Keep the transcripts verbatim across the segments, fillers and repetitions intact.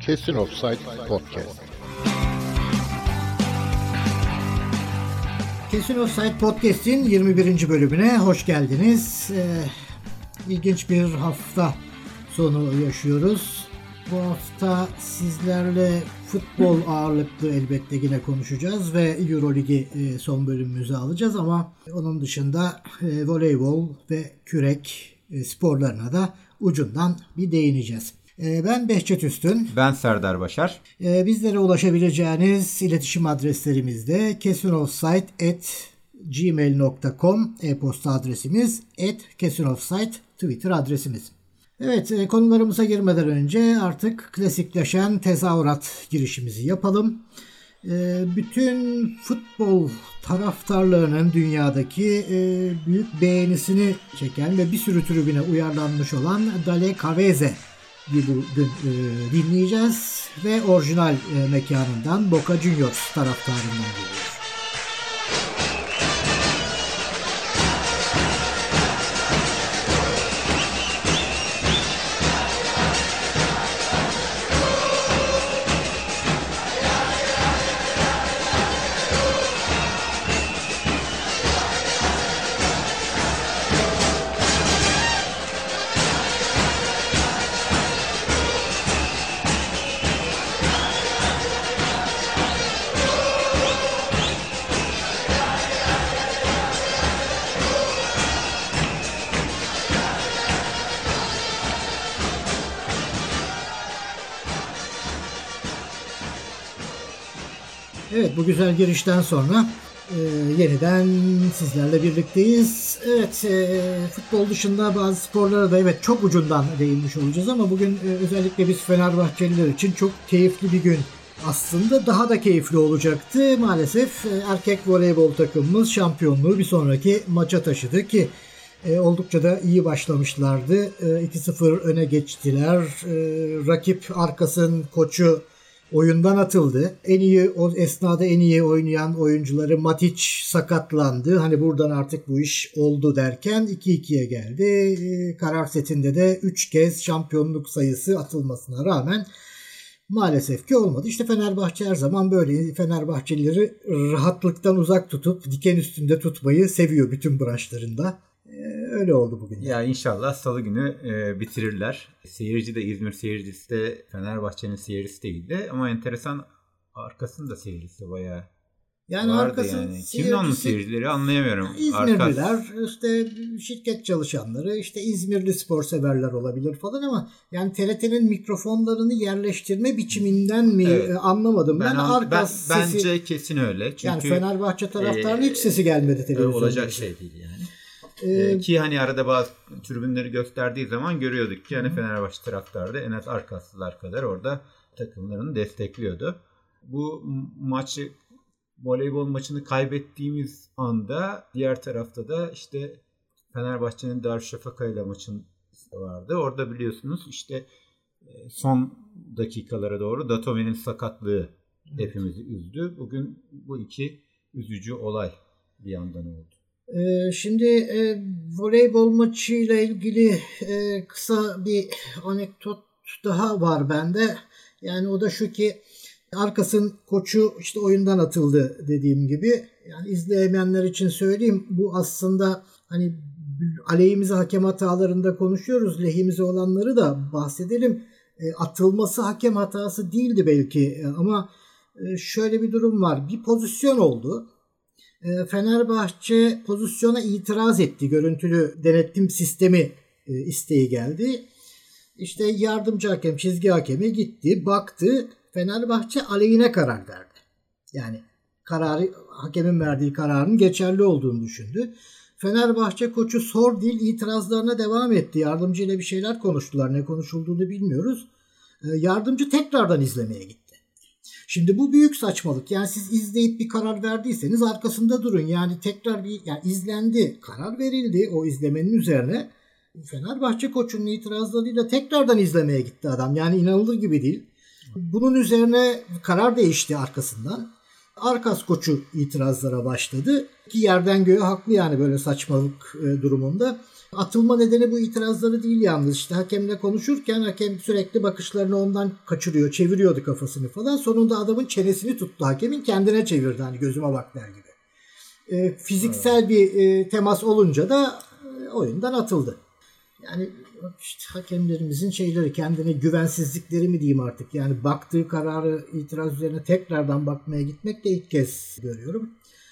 Kesin Offside Podcast. Kesin Offside Podcast'in yirmi birinci bölümüne hoş geldiniz. Ee, ilginç bir hafta sonu yaşıyoruz. Bu hafta sizlerle futbol ağırlıklı elbette yine konuşacağız ve Euroligi son bölümümüzü alacağız ama onun dışında e, voleybol ve kürek e, sporlarına da ucundan bir değineceğiz. E, ben Behçet Üstün. Ben Serdar Başar. E, bizlere ulaşabileceğiniz iletişim adreslerimizde kesinoffside at gmail nokta com e-posta adresimiz, at kesinoffside Twitter adresimiz. Evet, e, konularımıza girmeden önce artık klasikleşen tezahürat girişimizi yapalım. E, bütün futbol taraftarlarının dünyadaki e, büyük beğenisini çeken ve bir sürü tribüne uyarlanmış olan Dale Cavese bugün e, dinleyeceğiz ve orijinal e, mekanından Boca Juniors taraftarından geliyor. Evet, bu güzel girişten sonra e, yeniden sizlerle birlikteyiz. Evet, e, futbol dışında bazı sporlara da evet çok ucundan değinmiş olacağız ama bugün e, özellikle biz Fenerbahçeliler için çok keyifli bir gün. Aslında daha da keyifli olacaktı. Maalesef e, erkek voleybol takımımız şampiyonluğu bir sonraki maça taşıdı ki e, oldukça da iyi başlamışlardı. E, iki sıfır öne geçtiler. E, rakip arkasının koçu oyundan atıldı. En iyi o esnada en iyi oynayan oyuncuları Matic sakatlandı. Hani buradan artık bu iş oldu derken iki ikiye geldi. Ee, karar setinde de üç kez şampiyonluk sayısı atılmasına rağmen maalesef ki olmadı. İşte Fenerbahçe her zaman böyle. Fenerbahçelileri rahatlıktan uzak tutup diken üstünde tutmayı seviyor bütün branşlarında. Öyle oldu bugün. Ya inşallah salı günü e, bitirirler. Seyirci de İzmir seyircisi de Fenerbahçe'nin seyircisi değildi. Ama enteresan arkasında seyircisi bayağı yani vardı arkası yani. Kimin onun seyircileri anlayamıyorum. İzmirliler, Arkas... işte şirket çalışanları, işte İzmirli spor severler olabilir falan ama yani T R T'nin mikrofonlarını yerleştirme biçiminden mi evet. anlamadım. Ben, ben Arkas ben, sesi... Bence kesin öyle. Çünkü yani Fenerbahçe taraftarının e, hiç sesi gelmedi televizyonda. Olacak şey değil yani. Ee, ki hani arada bazı tribünleri gösterdiği zaman görüyorduk ki hani Fenerbahçe taraftarı da en az Arkaslılar kadar orada takımlarını destekliyordu. Bu maçı, voleybol maçını kaybettiğimiz anda diğer tarafta da işte Fenerbahçe'nin Darüşşafaka ile maçın vardı. Orada biliyorsunuz işte son dakikalara doğru Datome'nin sakatlığı hepimizi üzdü. Bugün bu iki üzücü olay bir yandan oldu. Şimdi e, voleybol maçıyla ilgili e, kısa bir anekdot daha var bende. Yani o da şu ki Arkas'ın koçu işte oyundan atıldı dediğim gibi. Yani izleyemeyenler için söyleyeyim. Bu aslında hani aleyhimize hakem hatalarında konuşuyoruz. Lehimize olanları da bahsedelim. E, atılması hakem hatası değildi belki e, ama e, şöyle bir durum var. Bir pozisyon oldu. Fenerbahçe pozisyona itiraz etti. Görüntülü denetim sistemi isteği geldi. İşte yardımcı hakem, çizgi hakemi gitti, baktı. Fenerbahçe aleyhine karar verdi. Yani kararı, hakemin verdiği kararın geçerli olduğunu düşündü. Fenerbahçe koçu sor değil itirazlarına devam etti. Yardımcı ile bir şeyler konuştular. Ne konuşulduğunu bilmiyoruz. Yardımcı tekrardan izlemeye gitti. Şimdi bu büyük saçmalık. Yani siz izleyip bir karar verdiyseniz arkasında durun. Yani tekrar bir yani izlendi, karar verildi o izlemenin üzerine. Fenerbahçe koçunun itirazlarıyla tekrardan izlemeye gitti adam. Yani inanılır gibi değil. Bunun üzerine karar değişti arkasından. Arkas koçu itirazlara başladı. Ki yerden göğe haklı yani böyle saçmalık durumunda. Atılma nedeni bu itirazları değil yalnız. İşte hakemle konuşurken hakem sürekli bakışlarını ondan kaçırıyor, çeviriyordu kafasını falan. Sonunda adamın çenesini tuttu hakemin, kendine çevirdi hani gözüme bak der gibi. E, fiziksel evet. bir e, temas olunca da e, oyundan atıldı. Yani işte hakemlerimizin şeyleri, kendine güvensizlikleri mi diyeyim artık. Yani baktığı kararı itiraz üzerine tekrardan bakmaya gitmek de ilk kez görüyorum.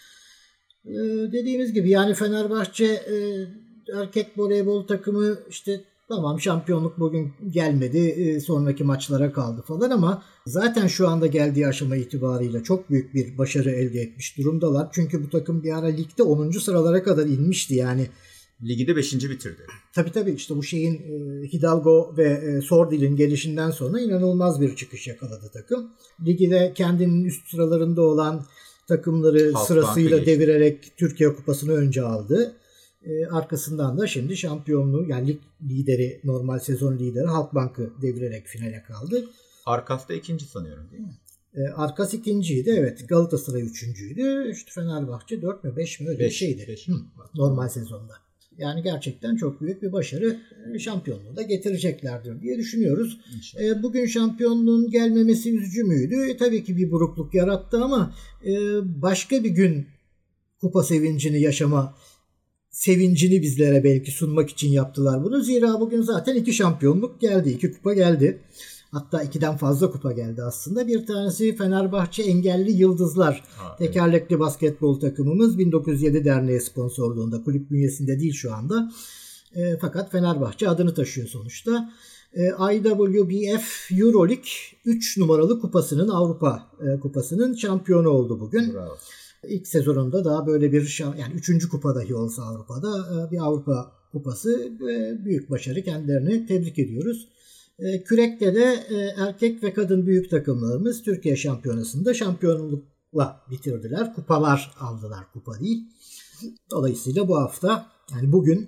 Ee, dediğimiz gibi yani Fenerbahçe e, erkek voleybol takımı işte tamam şampiyonluk bugün gelmedi. E, sonraki maçlara kaldı falan ama zaten şu anda geldiği aşama itibarıyla çok büyük bir başarı elde etmiş durumdalar. Çünkü bu takım bir ara ligde onuncu sıralara kadar inmişti yani. Ligi de beşinci bitirdi. Tabii tabii işte bu şeyin e, Hidalgo ve e, Sordil'in gelişinden sonra inanılmaz bir çıkış yakaladı takım. Ligi de kendinin üst sıralarında olan takımları Halk sırasıyla devirerek Türkiye Kupası'nı önce aldı. E, arkasından da şimdi şampiyonluğu yani lig lideri, normal sezon lideri Halkbank'ı devirerek finale kaldı. Arkas da ikinci sanıyorum değil mi? E, Arkas ikinciydi evet. Galatasaray üçüncüydü. İşte Fenerbahçe dört mü beş mi öyle beş, bir şeydi. Beş. Hı, normal sezonda. Yani gerçekten çok büyük bir başarı, şampiyonluğu da getireceklerdir diye düşünüyoruz. E, bugün şampiyonluğun gelmemesi üzücü müydü? E, tabii ki bir burukluk yarattı ama e, başka bir gün kupa sevincini yaşama sevincini bizlere belki sunmak için yaptılar bunu. Zira bugün zaten iki şampiyonluk geldi, iki kupa geldi. Hatta ikiden fazla kupa geldi aslında. Bir tanesi Fenerbahçe Engelli Yıldızlar. Ha, tekerlekli evet. basketbol takımımız bin dokuz yüz yedi Derneği sponsorluğunda. Kulüp bünyesinde değil şu anda. E, fakat Fenerbahçe adını taşıyor sonuçta. E, I W B F Euroleague üç numaralı kupasının Avrupa e, kupasının şampiyonu oldu bugün. Bravo. İlk sezonunda daha böyle bir yani üçüncü kupa dahi olsa Avrupa'da e, bir Avrupa kupası e, büyük başarı, kendilerini tebrik ediyoruz. Kürek'te de erkek ve kadın büyük takımlarımız Türkiye Şampiyonası'nda şampiyonlukla bitirdiler. Kupalar aldılar, kupa değil. Dolayısıyla bu hafta yani bugün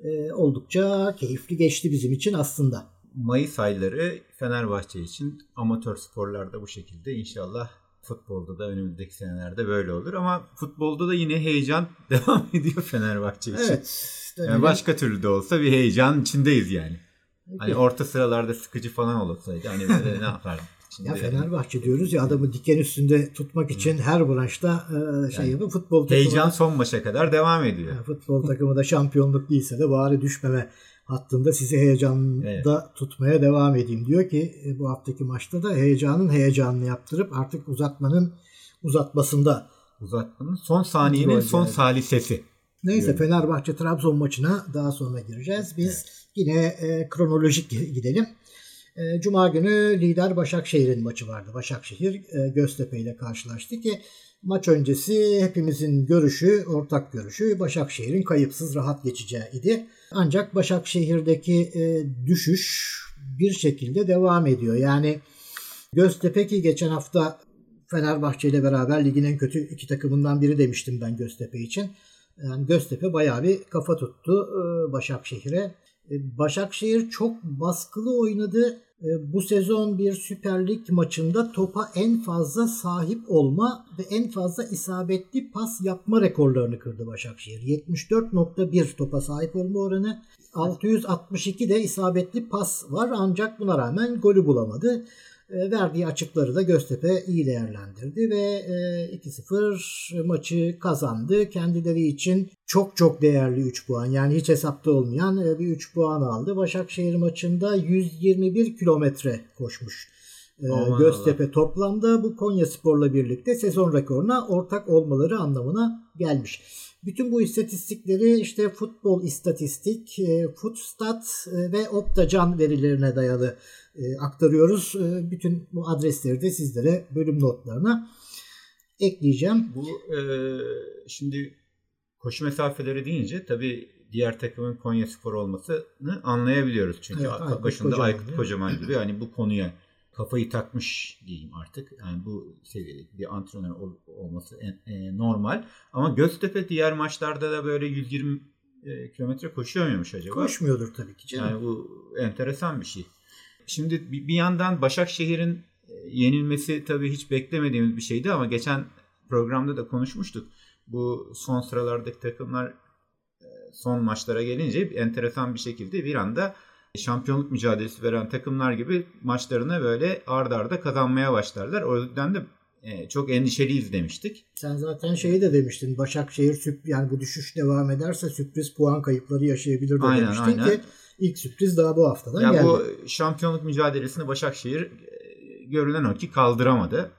oldukça keyifli geçti bizim için aslında. Mayıs ayları Fenerbahçe için amatör sporlarda bu şekilde, inşallah futbolda da önümüzdeki senelerde böyle olur. Ama futbolda da yine heyecan devam ediyor Fenerbahçe için. Evet. Yani başka türlü de olsa bir heyecan içindeyiz yani. Hani orta sıralarda sıkıcı falan olsaydı hani böyle ne yapardım? Ya Fenerbahçe yani diyoruz ya, adamı diken üstünde tutmak için Hı. her branşta e, şey yani, yapıyor. Futbol takımı heyecan da, son maça kadar devam ediyor. Yani futbol takımı da şampiyonluk değilse de bari düşmeme hattında sizi heyecanda evet. tutmaya devam edeyim diyor ki e, bu haftaki maçta da heyecanın heyecanını yaptırıp artık uzatmanın uzatmasında. Uzatmanın son saniyenin son yani. salisesi. Neyse diyorum. Fenerbahçe Trabzon maçına daha sonra gireceğiz. Biz evet. yine e, kronolojik gidelim. E, Cuma günü lider Başakşehir'in maçı vardı. Başakşehir e, Göztepe ile karşılaştı ki maç öncesi hepimizin görüşü, ortak görüşü Başakşehir'in kayıpsız rahat geçeceği idi. Ancak Başakşehir'deki e, düşüş bir şekilde devam ediyor. Yani Göztepe ki geçen hafta Fenerbahçe ile beraber ligin en kötü iki takımından biri demiştim ben Göztepe için. Yani Göztepe bayağı bir kafa tuttu Başakşehir'e. Başakşehir çok baskılı oynadı. Bu sezon bir Süper Lig maçında topa en fazla sahip olma ve en fazla isabetli pas yapma rekorlarını kırdı Başakşehir. yetmiş dört nokta bir topa sahip olma oranı. altı yüz altmış iki de isabetli pas var ancak buna rağmen golü bulamadı. Verdiği açıkları da Göztepe iyi değerlendirdi ve iki sıfır maçı kazandı. Kendileri için çok çok değerli üç puan, yani hiç hesapta olmayan bir üç puan aldı. Başakşehir maçında yüz yirmi bir kilometre koşmuş Aman Göztepe Allah. Toplamda bu Konyaspor'la birlikte sezon rekoruna ortak olmaları anlamına gelmiş. Bütün bu istatistikleri işte Futbol İstatistik, Footstat ve Optacan verilerine dayalı aktarıyoruz. Bütün bu adresleri de sizlere bölüm notlarına ekleyeceğim. Bu e, şimdi koşu mesafeleri deyince tabii diğer takımın Konyaspor olmasını anlayabiliyoruz. Çünkü evet, Aykut başında Kocaman, Aykut Kocaman gibi hani bu konuya kafayı takmış diyeyim artık. Yani bu seviyede bir antrenör ol, olması en, e, normal. Ama Göztepe diğer maçlarda da böyle yüz yirmi e, kilometre koşuyor muymuş acaba? Koşmuyordur tabii ki canım. Yani bu enteresan bir şey. Şimdi bir, bir yandan Başakşehir'in yenilmesi tabii hiç beklemediğimiz bir şeydi ama geçen programda da konuşmuştuk. Bu son sıralardaki takımlar son maçlara gelince enteresan bir şekilde bir anda şampiyonluk mücadelesi veren takımlar gibi maçlarını böyle ard arda kazanmaya başlarlar. O yüzden de çok endişeliyiz demiştik. Sen zaten şeyi de demiştin. Başakşehir sürp yani bu düşüş devam ederse sürpriz puan kayıpları yaşayabilir de aynen, demiştin aynen. Ki ilk sürpriz daha bu haftadan ya geldi. Bu şampiyonluk mücadelesini Başakşehir görünen o ki kaldıramadı.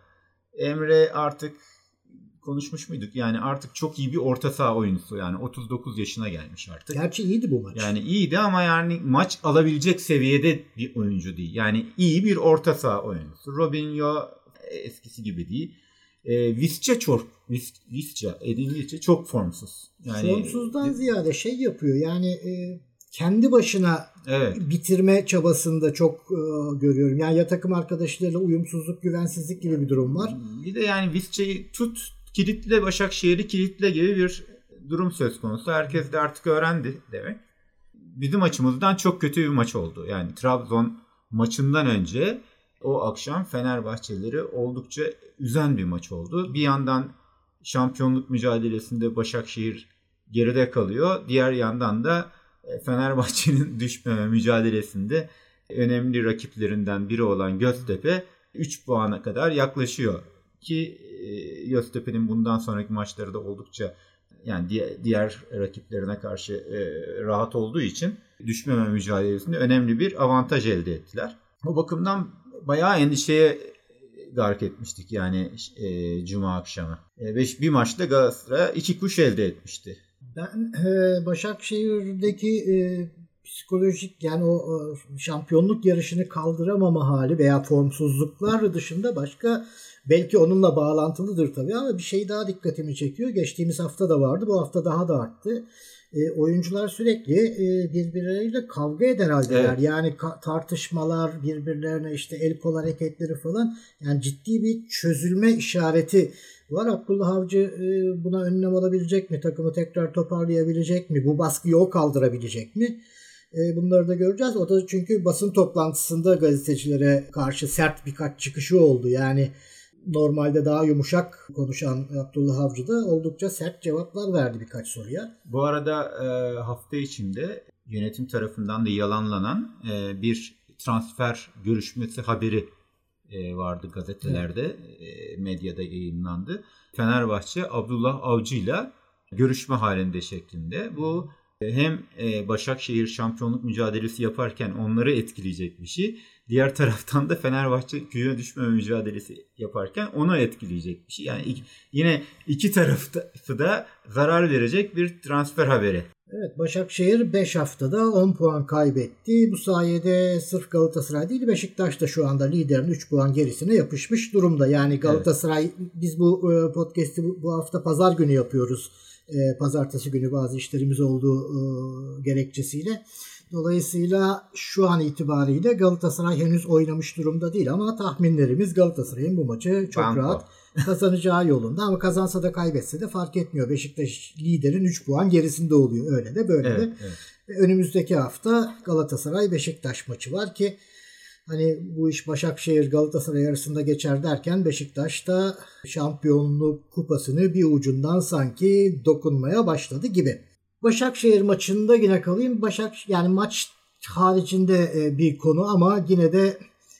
Emre artık konuşmuş muyduk? Yani artık çok iyi bir orta saha oyuncusu. Yani otuz dokuz yaşına gelmiş artık. Gerçi iyiydi bu maç. Yani iyiydi ama yani maç alabilecek seviyede bir oyuncu değil. Yani iyi bir orta saha oyuncusu. Robinho eskisi gibi değil. E, Visca çok Vis, Visca, Edin Visca çok formsuz. Yani formsuzdan ziyade şey yapıyor. Yani e, kendi başına evet. bitirme çabasında çok e, görüyorum. Yani ya takım arkadaşlarıyla uyumsuzluk, güvensizlik gibi bir durum var. Bir de yani Visca'yı tut, kilitle Başakşehir'i kilitle gibi bir durum söz konusu. Herkes de artık öğrendi demek. Bizim açımızdan çok kötü bir maç oldu. Yani Trabzon maçından önce o akşam Fenerbahçelileri oldukça üzen bir maç oldu. Bir yandan şampiyonluk mücadelesinde Başakşehir geride kalıyor. Diğer yandan da Fenerbahçe'nin düşmeme mücadelesinde önemli rakiplerinden biri olan Göztepe üç puana kadar yaklaşıyor. Ki Göztepe'nin bundan sonraki maçları da oldukça yani diğer rakiplerine karşı rahat olduğu için düşmeme mücadelesinde önemli bir avantaj elde ettiler. O bakımdan bayağı endişeye gark etmiştik yani e, Cuma akşamı. E, beş, bir maçta Galatasaray iki kuş elde etmişti. Ben e, Başakşehir'deki e, psikolojik yani o e, şampiyonluk yarışını kaldıramama hali veya formsuzluklar dışında başka belki onunla bağlantılıdır tabii ama bir şey daha dikkatimi çekiyor. Geçtiğimiz hafta da vardı. Bu hafta daha da arttı. E, oyuncular sürekli e, birbirleriyle kavga eder haldeler. Evet. Yani ka- tartışmalar, birbirlerine işte el kol hareketleri falan. Yani ciddi bir çözülme işareti var. Abdullah Avcı e, buna önlem alabilecek mi? Takımı tekrar toparlayabilecek mi? Bu baskıyı o kaldırabilecek mi? E, bunları da göreceğiz. O da çünkü basın toplantısında gazetecilere karşı sert birkaç çıkışı oldu. Yani normalde daha yumuşak konuşan Abdullah Avcı da oldukça sert cevaplar verdi birkaç soruya. Bu arada e, hafta içinde yönetim tarafından da yalanlanan e, bir transfer görüşmesi haberi e, vardı gazetelerde, evet. e, medyada yayınlandı. Fenerbahçe Abdullah Avcı'yla görüşme halinde şeklinde. Bu e, hem e, Başakşehir şampiyonluk mücadelesi yaparken onları etkileyecek bir şey. Diğer taraftan da Fenerbahçe küme düşmeme mücadelesi yaparken onu etkileyecek bir şey. Yani iki, yine iki tarafı da zarar verecek bir transfer haberi. Evet, Başakşehir beş haftada on puan kaybetti. Bu sayede sırf Galatasaray değil Beşiktaş da şu anda liderin üç puan gerisine yapışmış durumda. Yani Galatasaray evet. Biz bu podcast'i bu hafta pazar günü yapıyoruz. Pazartesi günü bazı işlerimiz olduğu gerekçesiyle. Dolayısıyla şu an itibariyle Galatasaray henüz oynamış durumda değil ama tahminlerimiz Galatasaray'ın bu maçı çok Banko. rahat kazanacağı yolunda. Ama kazansa da kaybetse de fark etmiyor. Beşiktaş liderin üç puan gerisinde oluyor. Öyle de böyle evet, de. Evet. Ve önümüzdeki hafta Galatasaray Beşiktaş maçı var ki hani bu iş Başakşehir Galatasaray arasında geçer derken Beşiktaş da şampiyonluk kupasını bir ucundan sanki dokunmaya başladı gibi. Başakşehir maçında yine kalayım. Başak yani maç haricinde bir konu ama yine de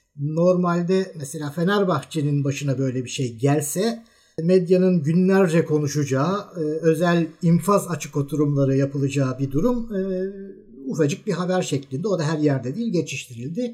normalde mesela Fenerbahçe'nin başına böyle bir şey gelse medyanın günlerce konuşacağı, özel infaz açık oturumları yapılacağı bir durum ufacık bir haber şeklinde. O da her yerde değil geçiştirildi.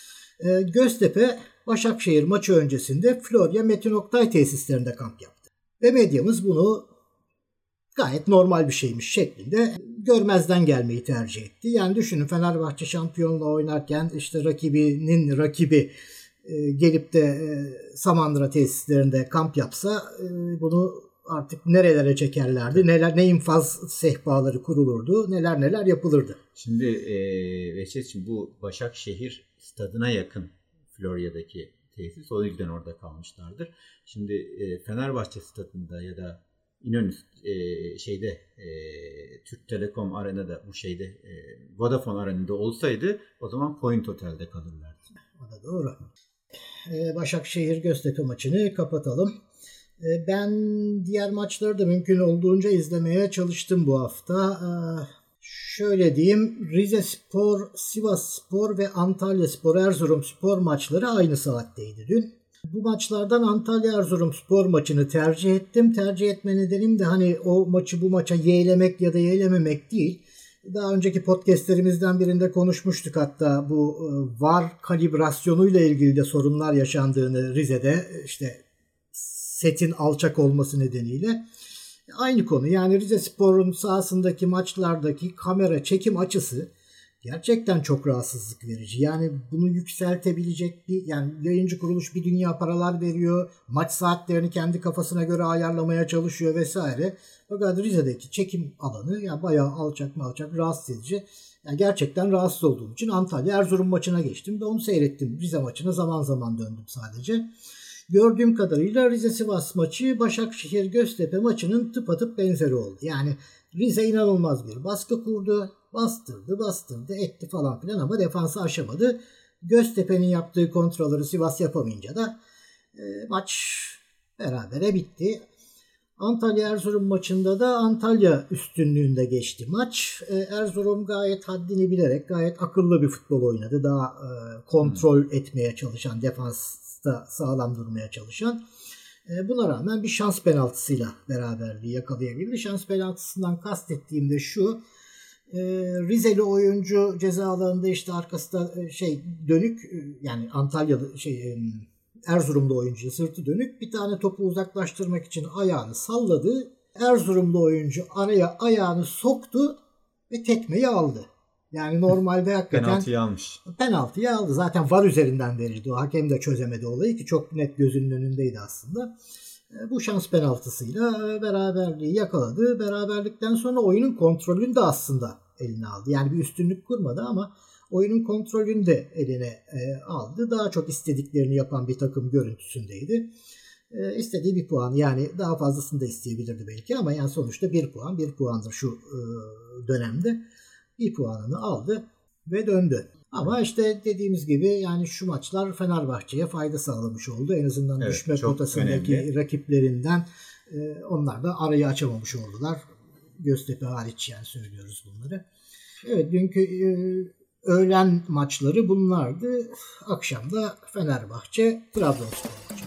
Göztepe Başakşehir maçı öncesinde Florya Metin Oktay tesislerinde kamp yaptı. Ve medyamız bunu gayet normal bir şeymiş şeklinde görmezden gelmeyi tercih etti. Yani düşünün Fenerbahçe şampiyonla oynarken işte rakibinin rakibi e, gelip de e, Samandıra tesislerinde kamp yapsa e, bunu artık nerelere çekerlerdi, neler ne infaz sehpaları kurulurdu, neler neler yapılırdı. Şimdi e, Veşet'ciğim bu Başakşehir stadına yakın Florya'daki tesis, o yüzden orada kalmışlardır. Şimdi e, Fenerbahçe stadında ya da İnönü e, şeyde e, Türk Telekom Arena'da bu şeyde e, Vodafone Arena'da olsaydı o zaman Point Otel'de kalırlardı. O da doğru. E, Başakşehir Göztepe maçını kapatalım. E, ben diğer maçları da mümkün olduğunca izlemeye çalıştım bu hafta. E, şöyle diyeyim, Rizespor, Sivasspor ve Antalyaspor, Erzurumspor maçları aynı saatteydi dün. Bu maçlardan Antalya-Erzurumspor maçını tercih ettim. Tercih etme nedenim de hani o maçı bu maça yeğlemek ya da yeğlememek değil. Daha önceki podcastlerimizden birinde konuşmuştuk hatta bu V A R kalibrasyonuyla ilgili de sorunlar yaşandığını Rize'de, işte setin alçak olması nedeniyle. Aynı konu, yani Rizespor'un sahasındaki maçlardaki kamera çekim açısı gerçekten çok rahatsızlık verici. Yani bunu yükseltebilecek bir, yani yayıncı kuruluş bir dünya paralar veriyor. Maç saatlerini kendi kafasına göre ayarlamaya çalışıyor vesaire. Fakat Rize'deki çekim alanı ya bayağı alçak malçak, rahatsız edici. Yani gerçekten rahatsız olduğum için Antalya Erzurum maçına geçtim ve onu seyrettim. Rize maçına zaman zaman döndüm sadece. Gördüğüm kadarıyla Rize-Sivas maçı Başakşehir-Göztepe maçının tıpatıp benzeri oldu. Yani Rize inanılmaz bir baskı kurdu. Bastırdı, bastırdı, etti falan filan ama defansı aşamadı. Göztepe'nin yaptığı kontrolleri Sivas yapamayınca da e, maç berabere bitti. Antalya-Erzurum maçında da Antalya üstünlüğünde geçti maç. E, Erzurum gayet haddini bilerek gayet akıllı bir futbol oynadı. Daha e, kontrol hmm. etmeye çalışan, defansta sağlam durmaya çalışan. E, buna rağmen bir şans penaltısıyla beraberliği yakalayabildi. Şans penaltısından kastettiğim de şu. Ee, Rizeli oyuncu ceza alanında işte arkasında şey dönük, yani Antalya'da şey Erzurumlu oyuncuya sırtı dönük bir tane topu uzaklaştırmak için ayağını salladı. Erzurumlu oyuncu araya ayağını soktu ve tekmeyi aldı. Yani normalde hakikaten penaltıyı almış. Penaltıyı aldı. Zaten V A R üzerinden verildi. O hakem de çözemedi olayı ki çok net gözünün önündeydi aslında. Bu şans penaltısıyla beraberliği yakaladı. Beraberlikten sonra oyunun kontrolünü de aslında eline aldı. Yani bir üstünlük kurmadı ama oyunun kontrolünü de eline e, aldı. Daha çok istediklerini yapan bir takım görüntüsündeydi. E, istediği bir puan, yani daha fazlasını da isteyebilirdi belki ama yani sonuçta bir puan, bir puandır şu e, dönemde. Bir puanını aldı ve döndü. Ama işte dediğimiz gibi yani şu maçlar Fenerbahçe'ye fayda sağlamış oldu. En azından evet, düşme potasındaki önemli rakiplerinden e, onlar da arayı açamamış oldular. Göztepe hariç yani söylüyoruz bunları. Evet, dünkü e, öğlen maçları bunlardı. Akşamda Fenerbahçe Trabzonspor maçı.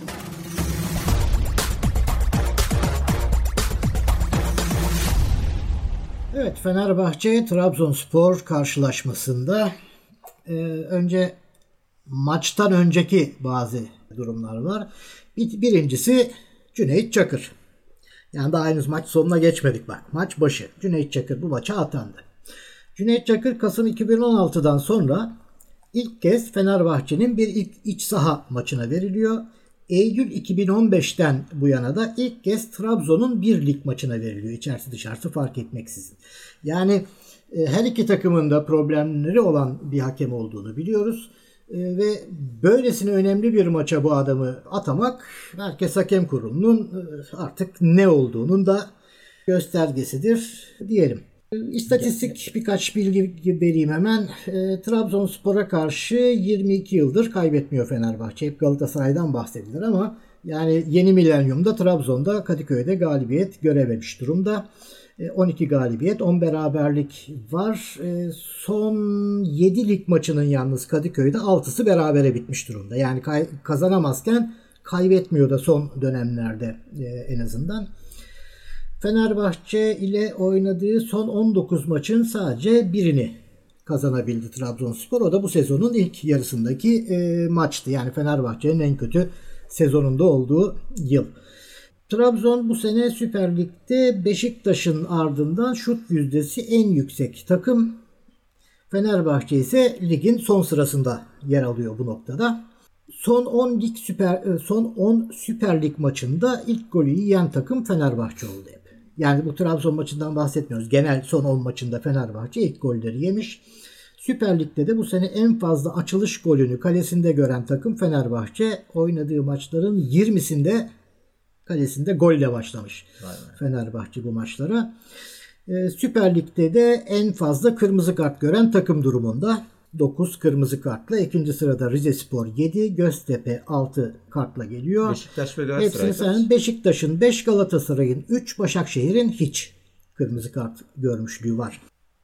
Evet, Fenerbahçe Trabzonspor karşılaşmasında Ee, önce maçtan önceki bazı durumlar var. Bir, birincisi Cüneyt Çakır. Yani daha henüz maç sonuna geçmedik bak. Maç başı. Cüneyt Çakır bu maça atandı. Cüneyt Çakır Kasım iki bin on altıdan sonra ilk kez Fenerbahçe'nin bir ilk iç saha maçına veriliyor. Eylül iki bin on beşten bu yana da ilk kez Trabzon'un bir lig maçına veriliyor. İçerisi dışarısı fark etmeksizin. Yani her iki takımın da problemleri olan bir hakem olduğunu biliyoruz. Ve böylesine önemli bir maça bu adamı atamak Merkez Hakem Kurulu'nun artık ne olduğunun da göstergesidir diyelim. İstatistik birkaç bilgi vereyim hemen. E, Trabzonspor'a karşı yirmi iki yıldır kaybetmiyor Fenerbahçe. Hep Galatasaray'dan bahsedilir ama yani yeni milenyumda Trabzon'da Kadıköy'de galibiyet görememiş durumda. E, on iki galibiyet, on beraberlik var. E, son yedi lig maçının yalnız Kadıköy'de altısı berabere bitmiş durumda. Yani kay- kazanamazken kaybetmiyor da son dönemlerde e, en azından. Fenerbahçe ile oynadığı son on dokuz maçın sadece birini kazanabildi Trabzonspor. O da bu sezonun ilk yarısındaki e, maçtı. Yani Fenerbahçe'nin en kötü sezonunda olduğu yıl. Trabzon bu sene Süper Lig'de Beşiktaş'ın ardından şut yüzdesi en yüksek takım. Fenerbahçe ise ligin son sırasında yer alıyor bu noktada. Son on lig süper son on Süper Lig maçında ilk golü yiyen takım Fenerbahçe oldu hep. Yani bu Trabzon maçından bahsetmiyoruz. Genel son on maçında Fenerbahçe ilk golleri yemiş. Süper Lig'de de bu sene en fazla açılış golünü kalesinde gören takım Fenerbahçe. Oynadığı maçların yirmisinde kalesinde golle başlamış Fenerbahçe bu maçlara. Ee, Süper Lig'de de en fazla kırmızı kart gören takım durumunda. dokuz kırmızı kartla. İkinci sırada Rizespor yedi, Göztepe altı kartla geliyor. Beşiktaş ve Galatasaray. Hepsini sen Beşiktaş'ın beş, Galatasaray'ın üç, Başakşehir'in hiç kırmızı kart görmüşlüğü var.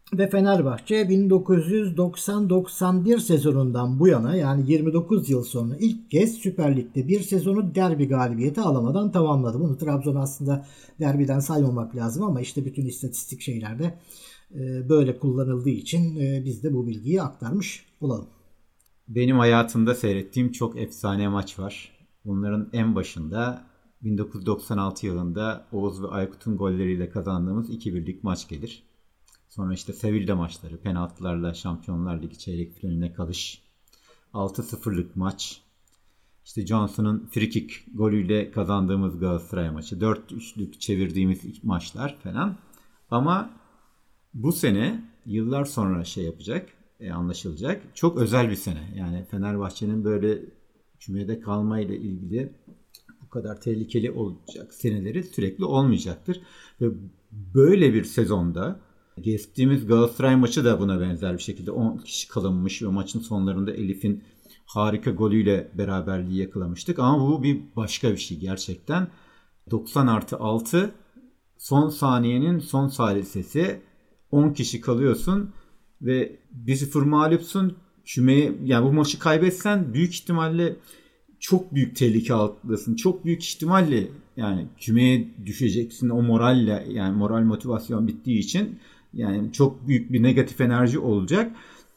Ve Fenerbahçe bin dokuz yüz doksan doksan bir sezonundan bu yana, yani yirmi dokuz yıl sonra ilk kez Süper Lig'de bir sezonu derbi galibiyeti alamadan tamamladı. Bunu Trabzon aslında derbiden saymamak lazım ama işte bütün istatistik şeylerde böyle kullanıldığı için biz de bu bilgiyi aktarmış olalım. Benim hayatımda seyrettiğim çok efsane maç var. Bunların en başında bin dokuz yüz doksan altı yılında Oğuz ve Aykut'un golleriyle kazandığımız iki birlik maç gelir. Sonra işte Sevilla maçları, penaltılarla Şampiyonlar Ligi çeyrek finaline kalış, altı sıfırlık maç, işte Johnson'ın frikik golüyle kazandığımız Galatasaray maçı, dört üçlük çevirdiğimiz maçlar falan. Ama bu sene yıllar sonra şey yapacak, e, anlaşılacak. Çok özel bir sene. Yani Fenerbahçe'nin böyle kümede kalmayla ilgili bu kadar tehlikeli olacak seneleri sürekli olmayacaktır. Ve böyle bir sezonda geçtiğimiz Galatasaray maçı da buna benzer bir şekilde on kişi kalınmış ve maçın sonlarında Elif'in harika golüyle beraberliği yakalamıştık. Ama bu bir başka bir şey gerçekten. doksan artı altı son saniyenin son salisesi, on kişi kalıyorsun ve bir sıfır mağlupsun. Kümeye, yani bu maçı kaybetsen büyük ihtimalle çok büyük tehlike altındasın. Çok büyük ihtimalle yani kümeye düşeceksin o moralle, yani moral motivasyon bittiği için. Yani çok büyük bir negatif enerji olacak.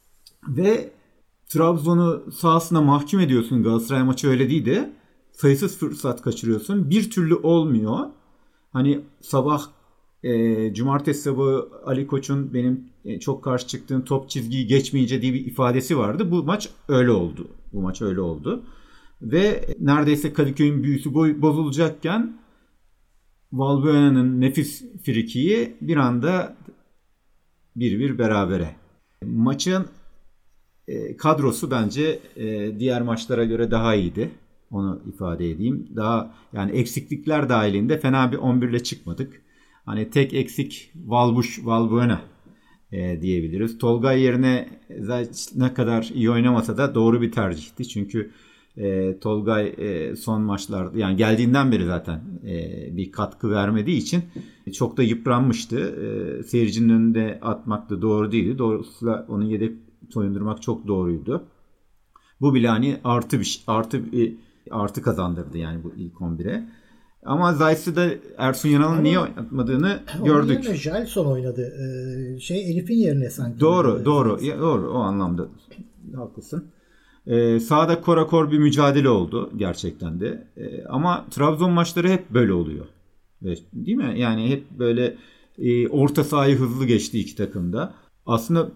Ve Trabzon'u sahasına mahkum ediyorsun. Galatasaray maçı öyle değil de sayısız fırsat kaçırıyorsun. Bir türlü olmuyor. Hani sabah e, cumartesi sabahı Ali Koç'un benim e, çok karşı çıktığım top çizgiyi geçmeyince diye bir ifadesi vardı. Bu maç öyle oldu. Bu maç öyle oldu. Ve neredeyse Kadıköy'ün büyüsü bozulacakken Valbuena'nın nefis frikiyi bir anda bir bir berabere. Maçın e, kadrosu bence e, diğer maçlara göre daha iyiydi. Onu ifade edeyim. Daha yani eksiklikler dahilinde fena bir on bir ile çıkmadık. Hani tek eksik Valbuş, Valbuena e, diyebiliriz. Tolgay yerine ne kadar iyi oynamasa da doğru bir tercihti. Çünkü e, Tolgay e, son maçlarda, yani geldiğinden beri zaten e, bir katkı vermediği için çok da yıpranmıştı. E, seyircinin önünde atmak da doğru değildi. Doğrusuyla onu yedek soyundurmak çok doğruydu. Bu bile hani artı bir artı bir artı kazandırdı yani bu ilk on bire. Ama Zayt'sı da Ersun Yanal'ın niye oynatmadığını gördük. Onun yerine Jalson oynadı. Ee, şey Elif'in yerine sanki. Doğru, doğru. Ya, doğru o anlamda. Haklısın. Ee, sahada korakor bir mücadele oldu gerçekten de. Ee, ama Trabzon maçları hep böyle oluyor. Değil mi? Yani hep böyle e, orta sahayı hızlı geçti iki takımda. Aslında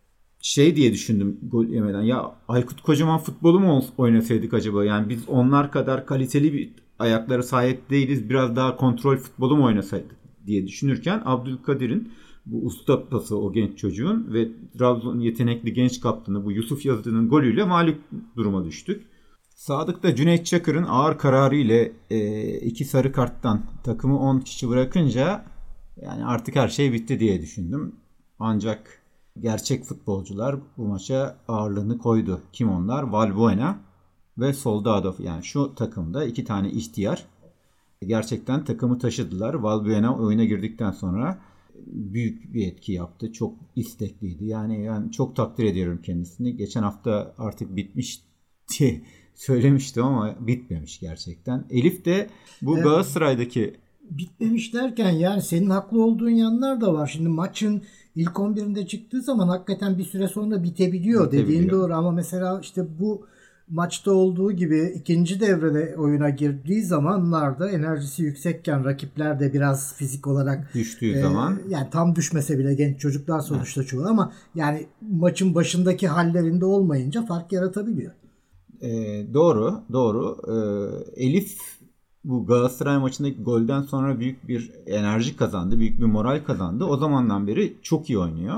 şey diye düşündüm gol yemeden. Ya Aykut Kocaman futbolu mu oynasaydık acaba? Yani biz onlar kadar kaliteli bir ayaklara sahip değiliz. Biraz daha kontrol futbolu mu oynasaydık diye düşünürken Abdülkadir'in bu usta pası o genç çocuğun ve Trabzon'un yetenekli genç kaptanı bu Yusuf Yazıcı'nın golüyle mağlup duruma düştük. Sadık'ta Cüneyt Çakır'ın ağır kararı ile e, iki sarı karttan takımı on kişi bırakınca yani artık her şey bitti diye düşündüm. Ancak gerçek futbolcular bu maça ağırlığını koydu. Kim onlar? Valbuena ve Soldado. Yani şu takımda iki tane ihtiyar gerçekten takımı taşıdılar. Valbuena oyuna girdikten sonra büyük bir etki yaptı. Çok istekliydi. Yani yani çok takdir ediyorum kendisini. Geçen hafta artık bitmiş diye söylemiştim ama bitmemiş gerçekten. Elif de bu evet. Galatasaray'daki bitmemiş derken yani senin haklı olduğun yanlar da var. Şimdi maçın ilk on birinde çıktığı zaman hakikaten bir süre sonra bitebiliyor, bitebiliyor. Dediğin doğru ama mesela işte bu maçta olduğu gibi ikinci devrede oyuna girdiği zamanlarda enerjisi yüksekken rakipler de biraz fizik olarak düştüğü e, zaman yani tam düşmese bile genç çocuklar sonuçta evet. çoğu ama yani maçın başındaki hallerinde olmayınca fark yaratabiliyor. E, doğru, doğru. E, Elif bu Galatasaray maçındaki golden sonra büyük bir enerji kazandı, büyük bir moral kazandı. O zamandan beri çok iyi oynuyor.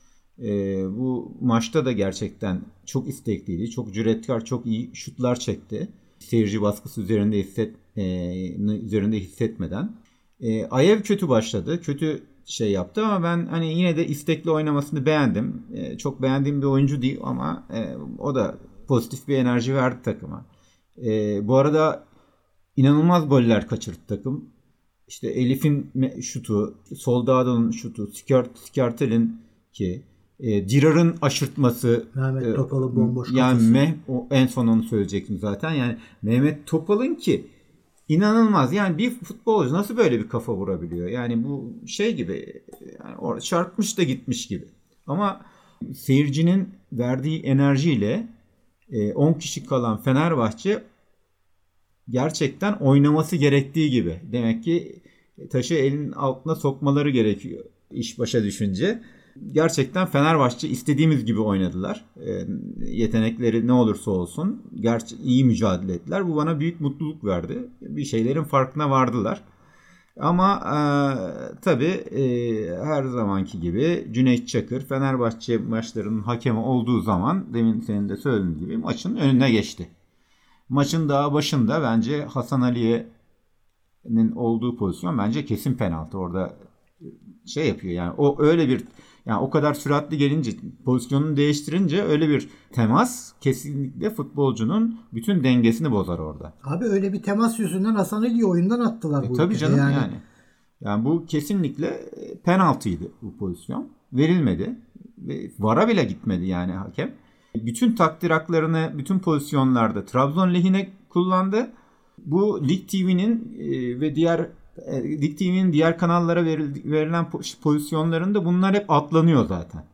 Ee, bu maçta da gerçekten çok istekliydi, çok cüretkar, çok iyi şutlar çekti. Seyirci baskısı üzerinde hisset, e, üzerinde hissetmeden. E, Ayev kötü başladı, kötü şey yaptı ama ben hani yine de istekli oynamasını beğendim. E, çok beğendiğim bir oyuncu değil ama e, o da pozitif bir enerji verdi takıma. E, bu arada İnanılmaz goller kaçırdı takım. İşte Elif'in şutu, Soldado'nun şutu, Skartel'in ki e, Dirar'ın aşırtması, Mehmet Topal'ın bomboş yani kafası. Meh, o, en son onu söyleyecektim zaten. Yani Mehmet Topal'ın ki inanılmaz. Yani bir futbolcu nasıl böyle bir kafa vurabiliyor? Yani bu şey gibi, yani orada çarpmış da gitmiş gibi. Ama seyircinin verdiği enerjiyle on kişi kalan Fenerbahçe gerçekten oynaması gerektiği gibi. Demek ki taşı elin altına sokmaları gerekiyor iş başa düşünce. Gerçekten Fenerbahçe istediğimiz gibi oynadılar. E, yetenekleri ne olursa olsun gerçi iyi mücadele ettiler. Bu bana büyük mutluluk verdi. Bir şeylerin farkına vardılar. Ama e, tabii e, her zamanki gibi Cüneyt Çakır Fenerbahçe maçlarının hakemi olduğu zaman, demin senin de söylediğin gibi, maçın önüne geçti. Maçın daha başında bence Hasan Aliye'nin olduğu pozisyon bence kesin penaltı. Orada şey yapıyor yani, o öyle bir, yani o kadar süratli gelince, pozisyonunu değiştirince öyle bir temas kesinlikle futbolcunun bütün dengesini bozar orada. Abi öyle bir temas yüzünden Hasan Ali'yi oyundan attılar. E, bu tabii canım yani. yani. Yani bu kesinlikle penaltıydı bu pozisyon. Verilmedi. Ve VAR'a bile gitmedi yani hakem. Bütün takdir haklarını bütün pozisyonlarda Trabzon lehine kullandı. Bu Lig T V'nin e, ve diğer e, Lig T V'nin diğer kanallara veril, verilen pozisyonlarında bunlar hep atlanıyor zaten.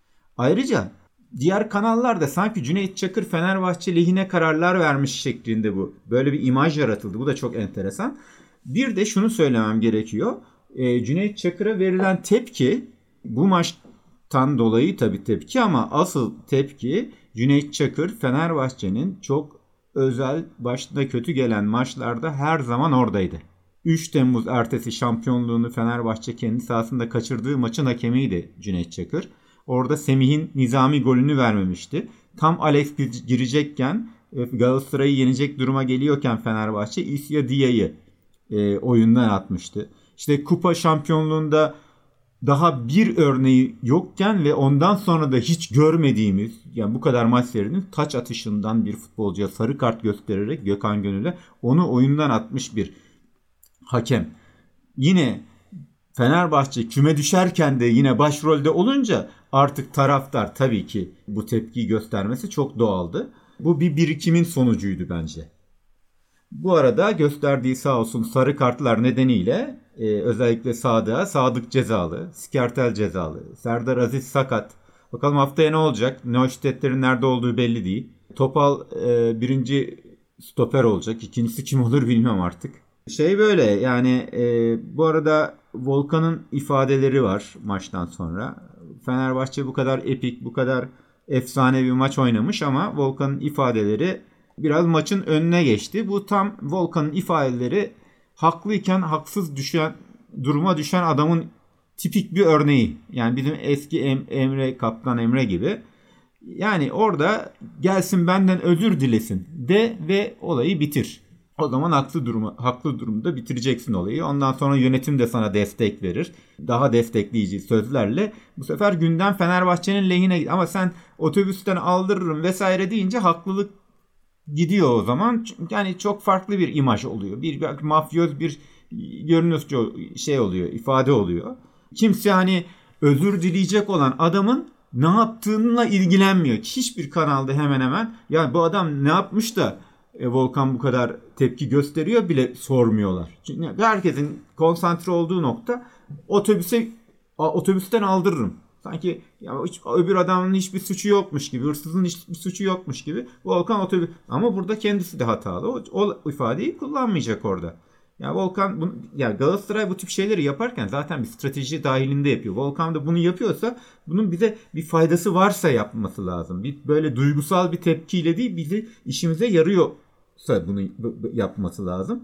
Ayrıca diğer kanallarda sanki Cüneyt Çakır Fenerbahçe lehine kararlar vermiş şeklinde bu. Böyle bir imaj yaratıldı. Bu da çok enteresan. Bir de şunu söylemem gerekiyor. E, Cüneyt Çakır'a verilen tepki, bu maçtan dolayı tabii tepki, ama asıl tepki Cüneyt Çakır Fenerbahçe'nin çok özel, başta kötü gelen maçlarda her zaman oradaydı. üç Temmuz ertesi şampiyonluğunu Fenerbahçe kendi sahasında kaçırdığı maçın hakemiydi Cüneyt Çakır. Orada Semih'in nizami golünü vermemişti. Tam Alex girecekken, Galatasaray'ı yenecek duruma geliyorken Fenerbahçe İsya Dia'yı e, oyundan atmıştı. İşte kupa şampiyonluğunda daha bir örneği yokken ve ondan sonra da hiç görmediğimiz, yani bu kadar maç serinin taç atışından bir futbolcuya sarı kart göstererek Gökhan Gönül'e onu oyundan atmış bir hakem. Yine Fenerbahçe küme düşerken de yine başrolde olunca artık taraftar tabii ki bu tepkiyi göstermesi çok doğaldı. Bu bir birikimin sonucuydu bence. Bu arada gösterdiği sağ olsun sarı kartlar nedeniyle e, özellikle Sadık'a, Sadık cezalı, Skertel cezalı, Serdar Aziz sakat. Bakalım haftaya ne olacak? Neustädt'lerin nerede olduğu belli değil. Topal e, birinci stoper olacak. İkincisi kim olur bilmem artık. Şey böyle yani, e, bu arada Volkan'ın ifadeleri var maçtan sonra. Fenerbahçe bu kadar epik, bu kadar efsane bir maç oynamış ama Volkan'ın ifadeleri biraz maçın önüne geçti. Bu tam Volkan'ın ifadeleri haklıyken haksız düşen, duruma düşen adamın tipik bir örneği. Yani bizim eski em, Emre, Kaptan Emre gibi. Yani orada gelsin benden özür dilesin de ve olayı bitir. O zaman haklı duruma, haklı durumda bitireceksin olayı. Ondan sonra yönetim de sana destek verir. Daha destekleyici sözlerle. Bu sefer gündem Fenerbahçe'nin lehine gidiyor. Ama sen otobüsten aldırırım vesaire deyince haklılık gidiyor o zaman. Yani çok farklı bir imaj oluyor. Bir, bir mafyoz bir görünüş şey oluyor, ifade oluyor. Kimse hani özür dileyecek olan adamın ne yaptığınla ilgilenmiyor. Hiçbir kanalda hemen hemen ya bu adam ne yapmış da e, Volkan bu kadar tepki gösteriyor bile sormuyorlar. Çünkü herkesin konsantre olduğu nokta otobüse otobüsten aldırırım. Sanki ya hiç, öbür adamın hiçbir suçu yokmuş gibi, hırsızın hiçbir suçu yokmuş gibi. Volkan otobüs, ama burada kendisi de hatalı. O, o ifadeyi kullanmayacak orada. Ya Volkan bunu, ya Galatasaray bu tip şeyleri yaparken zaten bir strateji dahilinde yapıyor. Volkan da bunu yapıyorsa bunun bize bir faydası varsa yapması lazım. Bir böyle duygusal bir tepkiyle değil, bizi işimize yarıyorsa bunu yapması lazım.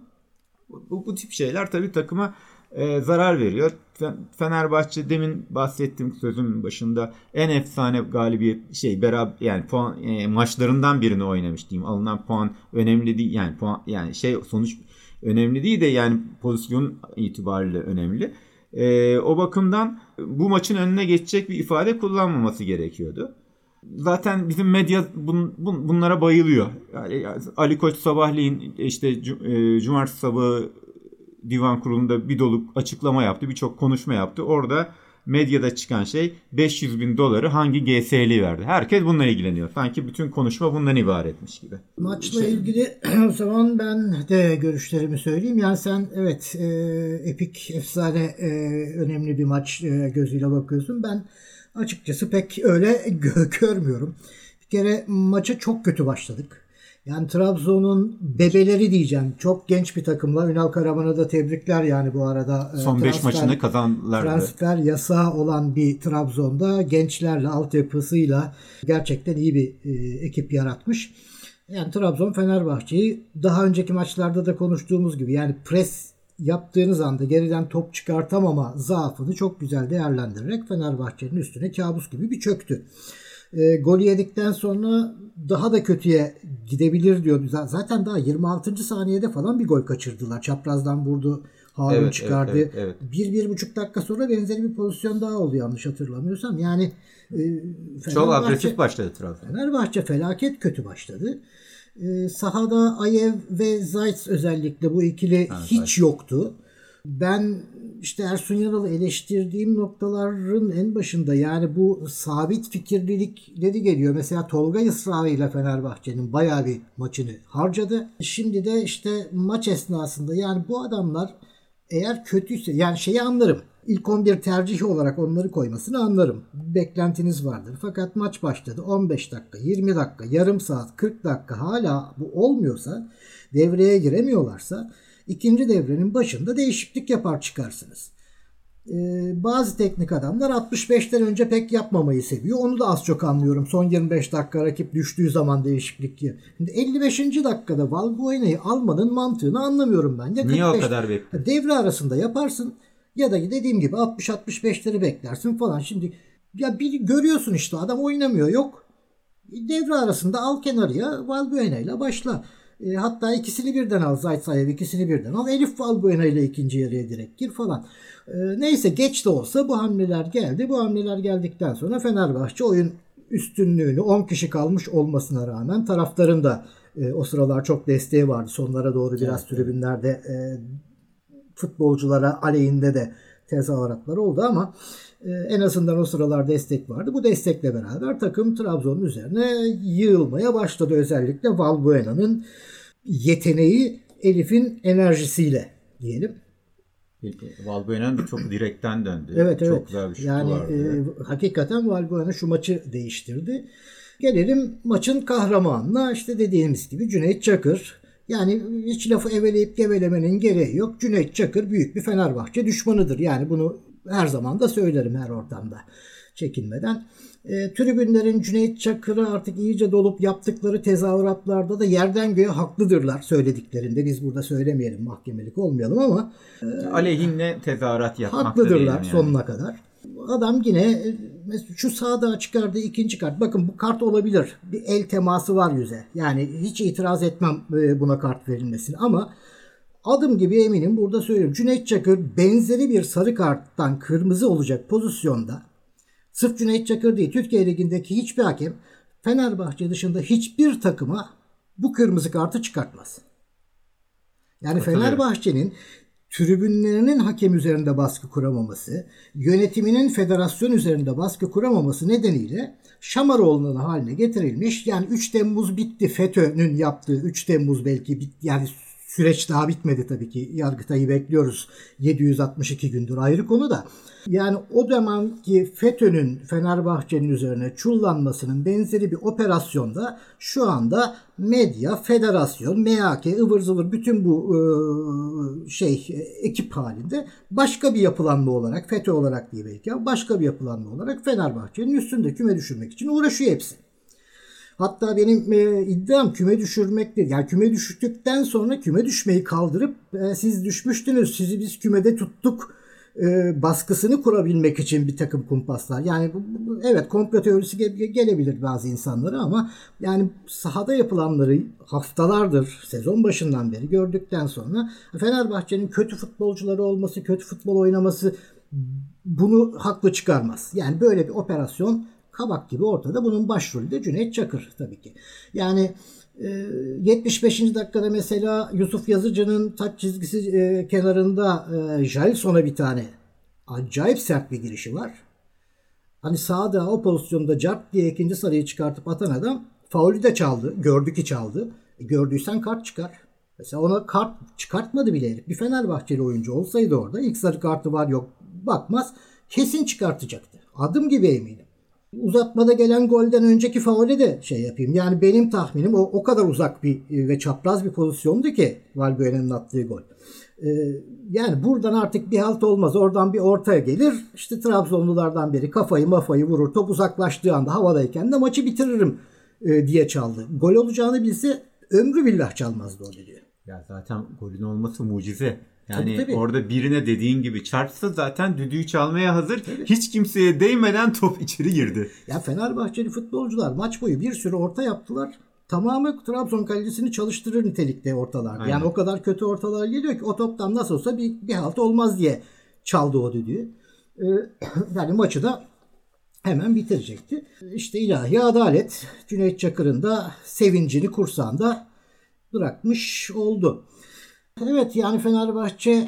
Bu, bu tip şeyler tabii takıma e, zarar veriyor. Fenerbahçe demin bahsettiğim sözümün başında en efsane galibiyet şey beraber yani puan e, maçlarından birini oynamış diyeyim. Alınan puan önemli değil yani puan yani şey sonuç önemli değil de yani pozisyon itibariyle önemli. E, o bakımdan bu maçın önüne geçecek bir ifade kullanmaması gerekiyordu. Zaten bizim medya bun, bun, bunlara bayılıyor. Yani Ali Koç sabahleyin işte e, cumartesi sabahı divan kurulunda bir dolu açıklama yaptı. Birçok konuşma yaptı. Orada medyada çıkan şey beş yüz bin doları hangi G S L verdi. Herkes bununla ilgileniyor. Sanki bütün konuşma bundan ibaretmiş gibi. Maçla şey... ilgili o zaman ben de görüşlerimi söyleyeyim. Yani sen evet e, epik, efsane, e, önemli bir maç e, gözüyle bakıyorsun. Ben açıkçası pek öyle gö- görmüyorum. Bir kere maça çok kötü başladık. Yani Trabzon'un bebeleri diyeceğim. Çok genç bir takımla. Ünal Karaman'a da tebrikler yani bu arada. Son beş maçını kazandılar. Transfer yasağı olan bir Trabzon'da gençlerle, altyapısıyla gerçekten iyi bir e, ekip yaratmış. Yani Trabzon Fenerbahçe'yi daha önceki maçlarda da konuştuğumuz gibi yani pres yaptığınız anda geriden top çıkartamama zaafını çok güzel değerlendirerek Fenerbahçe'nin üstüne kabus gibi bir çöktü. E, golü yedikten sonra daha da kötüye gidebilir diyordu. Zaten daha yirmi altıncı saniyede falan bir gol kaçırdılar. Çaprazdan vurdu. Harun evet, çıkardı. Evet, evet, evet. Bir, bir buçuk dakika sonra benzeri bir pozisyon daha oldu yanlış hatırlamıyorsam. Yani e, çok agresif başladı Trabzon. Fenerbahçe felaket kötü başladı. E, sahada Ayev ve Zayt özellikle bu ikili ha, hiç Zayt. yoktu. Ben işte Ersun Yanal'ı eleştirdiğim noktaların en başında yani bu sabit fikirlilikleri geliyor. Mesela Tolga ısrarıyla Fenerbahçe'nin bayağı bir maçını harcadı. Şimdi de işte maç esnasında yani bu adamlar eğer kötüyse yani şeyi anlarım. İlk on bir tercihi olarak onları koymasını anlarım. Beklentiniz vardır. Fakat maç başladı. on beş dakika, yirmi dakika, yarım saat, kırk dakika hala bu olmuyorsa, devreye giremiyorlarsa İkinci devrenin başında değişiklik yapar çıkarsınız. Ee, bazı teknik adamlar altmış beşten önce pek yapmamayı seviyor. Onu da az çok anlıyorum. Son yirmi beş dakika rakip düştüğü zaman değişiklik yapıyor. Şimdi elli beşinci dakikada Valbuena'yı almanın mantığını anlamıyorum ben. Ya niye kırk beş, o kadar bekliyor? Devre arasında yaparsın ya da dediğim gibi altmış altmış beşleri beklersin falan. Şimdi ya bir görüyorsun işte adam oynamıyor yok. Devre arasında al kenarıya Valbuena ile başla. E, hatta ikisini birden al. Zayt-Sayev ikisini birden al. Elif Valbuena ile ikinci yarıya direkt gir falan. E, neyse geç de olsa bu hamleler geldi. Bu hamleler geldikten sonra Fenerbahçe oyun üstünlüğünü on kişi kalmış olmasına rağmen taraftarın da e, o sıralar çok desteği vardı. Sonlara doğru biraz evet, tribünlerde e, futbolculara aleyhinde de tezahüratlar oldu ama e, en azından o sıralar destek vardı. Bu destekle beraber takım Trabzon'un üzerine yığılmaya başladı. Özellikle Valbuena'nın yeteneği Elif'in enerjisiyle diyelim. Valbuena'nın da çok direkten döndü. Evet çok evet. Güzel bir şutu yani vardı. E, hakikaten Valbuena şu maçı değiştirdi. Gelelim maçın kahramanına. İşte dediğimiz gibi Cüneyt Çakır. Yani hiç lafı eveleyip gevelemenin gereği yok. Cüneyt Çakır büyük bir Fenerbahçe düşmanıdır. Yani bunu her zaman da söylerim her ortamda çekinmeden. E, tribünlerin Cüneyt Çakır'ı artık iyice dolup yaptıkları tezahüratlarda da yerden göğe haklıdırlar söylediklerinde. Biz burada söylemeyelim, mahkemelik olmayalım ama e, aleyhine tezahürat yapmakta haklıdırlar yani. sonuna kadar. Adam yine şu sağda çıkardığı ikinci kart. Bakın bu kart olabilir. Bir el teması var yüze. Yani hiç itiraz etmem buna kart verilmesine ama adım gibi eminim burada söylüyorum. Cüneyt Çakır benzeri bir sarı karttan kırmızı olacak pozisyonda sırf Cüneyt Çakır değil Türkiye Ligi'ndeki hiçbir hakem Fenerbahçe dışında hiçbir takıma bu kırmızı kartı çıkartmaz. Yani Fenerbahçe'nin tribünlerinin hakem üzerinde baskı kuramaması, yönetiminin federasyon üzerinde baskı kuramaması nedeniyle Şamaroğlu'nun haline getirilmiş. Yani üç Temmuz bitti. FETÖ'nün yaptığı üç Temmuz belki bit, yani süreç daha bitmedi tabii ki. Yargıtay'ı bekliyoruz. yedi yüz altmış iki gündür ayrı konu da. Yani o zamanki FETÖ'nün Fenerbahçe'nin üzerine çullanmasının benzeri bir operasyonda şu anda medya, federasyon, M H K, ıvır zıvır bütün bu e, şey ekip halinde başka bir yapılanma olarak, FETÖ olarak değil belki ama başka bir yapılanma olarak Fenerbahçe'nin üstünde küme düşürmek için uğraşıyor hepsi. Hatta benim e, iddiam küme düşürmektir. Yani küme düştükten sonra küme düşmeyi kaldırıp e, siz düşmüştünüz, sizi biz kümede tuttuk e, baskısını kurabilmek için bir takım kumpaslar. Yani bu, bu, evet komplo teorisi ge- gelebilir bazı insanlara ama yani sahada yapılanları haftalardır, sezon başından beri gördükten sonra Fenerbahçe'nin kötü futbolcuları olması, kötü futbol oynaması bunu haklı çıkarmaz. Yani böyle bir operasyon kabak gibi ortada. Bunun başrolü de Cüneyt Çakır tabii ki. Yani e, yetmiş beşinci dakikada mesela Yusuf Yazıcı'nın taç çizgisi e, kenarında e, Jalson'a bir tane acayip sert bir girişi var. Hani sağda o pozisyonda cart diye ikinci sarıyı çıkartıp atan adam faulü de çaldı. Gördü ki çaldı. E, gördüysen kart çıkar. Mesela ona kart çıkartmadı bile herif. Bir Fenerbahçeli oyuncu olsaydı orada ilk sarı kartı var yok bakmaz. Kesin çıkartacaktı. Adım gibi eminim. Uzatmada gelen golden önceki faule de şey yapayım. Yani benim tahminim o, o kadar uzak bir ve çapraz bir pozisyondu ki Valbuena'nın attığı gol. Ee, yani buradan artık bir halt olmaz. Oradan bir ortaya gelir. İşte Trabzonlulardan biri kafayı mafayı vurur. Top uzaklaştığı anda havadayken de maçı bitiririm e, diye çaldı. Gol olacağını bilse ömrü billah çalmazdı o diyor. Ya zaten golün olması mucize. Yani Tabii, tabii. orada birine dediğin gibi çarpsa zaten düdüğü çalmaya hazır. Tabii. Hiç kimseye değmeden top içeri girdi. Ya Fenerbahçeli futbolcular maç boyu bir sürü orta yaptılar. Tamamı Trabzon kalecisini çalıştırır nitelikte ortalar. Aynen. Yani o kadar kötü ortalar geliyor ki o toptan nasıl olsa bir, bir halt olmaz diye çaldı o düdüğü. Ee, yani maçı da hemen bitirecekti. İşte ilahi adalet Cüneyt Çakır'ın da sevincini kursağında bırakmış oldu. Evet yani Fenerbahçe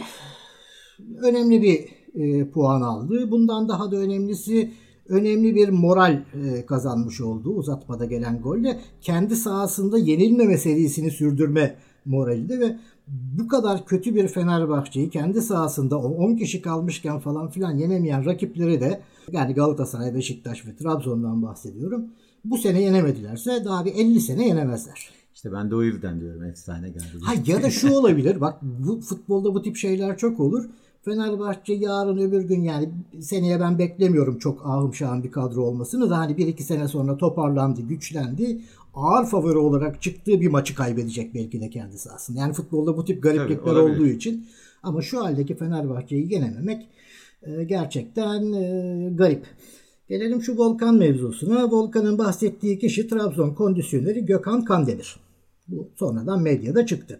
önemli bir e, puan aldı. Bundan daha da önemlisi önemli bir moral e, kazanmış oldu uzatmada gelen golle. Kendi sahasında yenilmeme serisini sürdürme moralinde ve bu kadar kötü bir Fenerbahçe'yi kendi sahasında on kişi kalmışken falan filan yenemeyen rakipleri de yani Galatasaray, Beşiktaş ve Trabzon'dan bahsediyorum. Bu sene yenemedilerse daha bir elli sene yenemezler. İşte ben de o yüzden diyorum efsane geldi. Ha ya da şu olabilir. Bak bu futbolda bu tip şeyler çok olur. Fenerbahçe yarın öbür gün yani seneye ben beklemiyorum çok ahım şahım bir kadro olmasını da hani bir iki sene sonra toparlandı, güçlendi. Ağır favori olarak çıktığı bir maçı kaybedecek belki de kendisi aslında. Yani futbolda bu tip gariplikler olduğu için. Ama şu haldeki Fenerbahçe'yi yenememek e, gerçekten e, garip. Gelelim şu Volkan mevzusuna. Volkan'ın bahsettiği kişi Trabzon kondisyoneri Gökhan Kandemir. Bu sonradan medyada çıktı.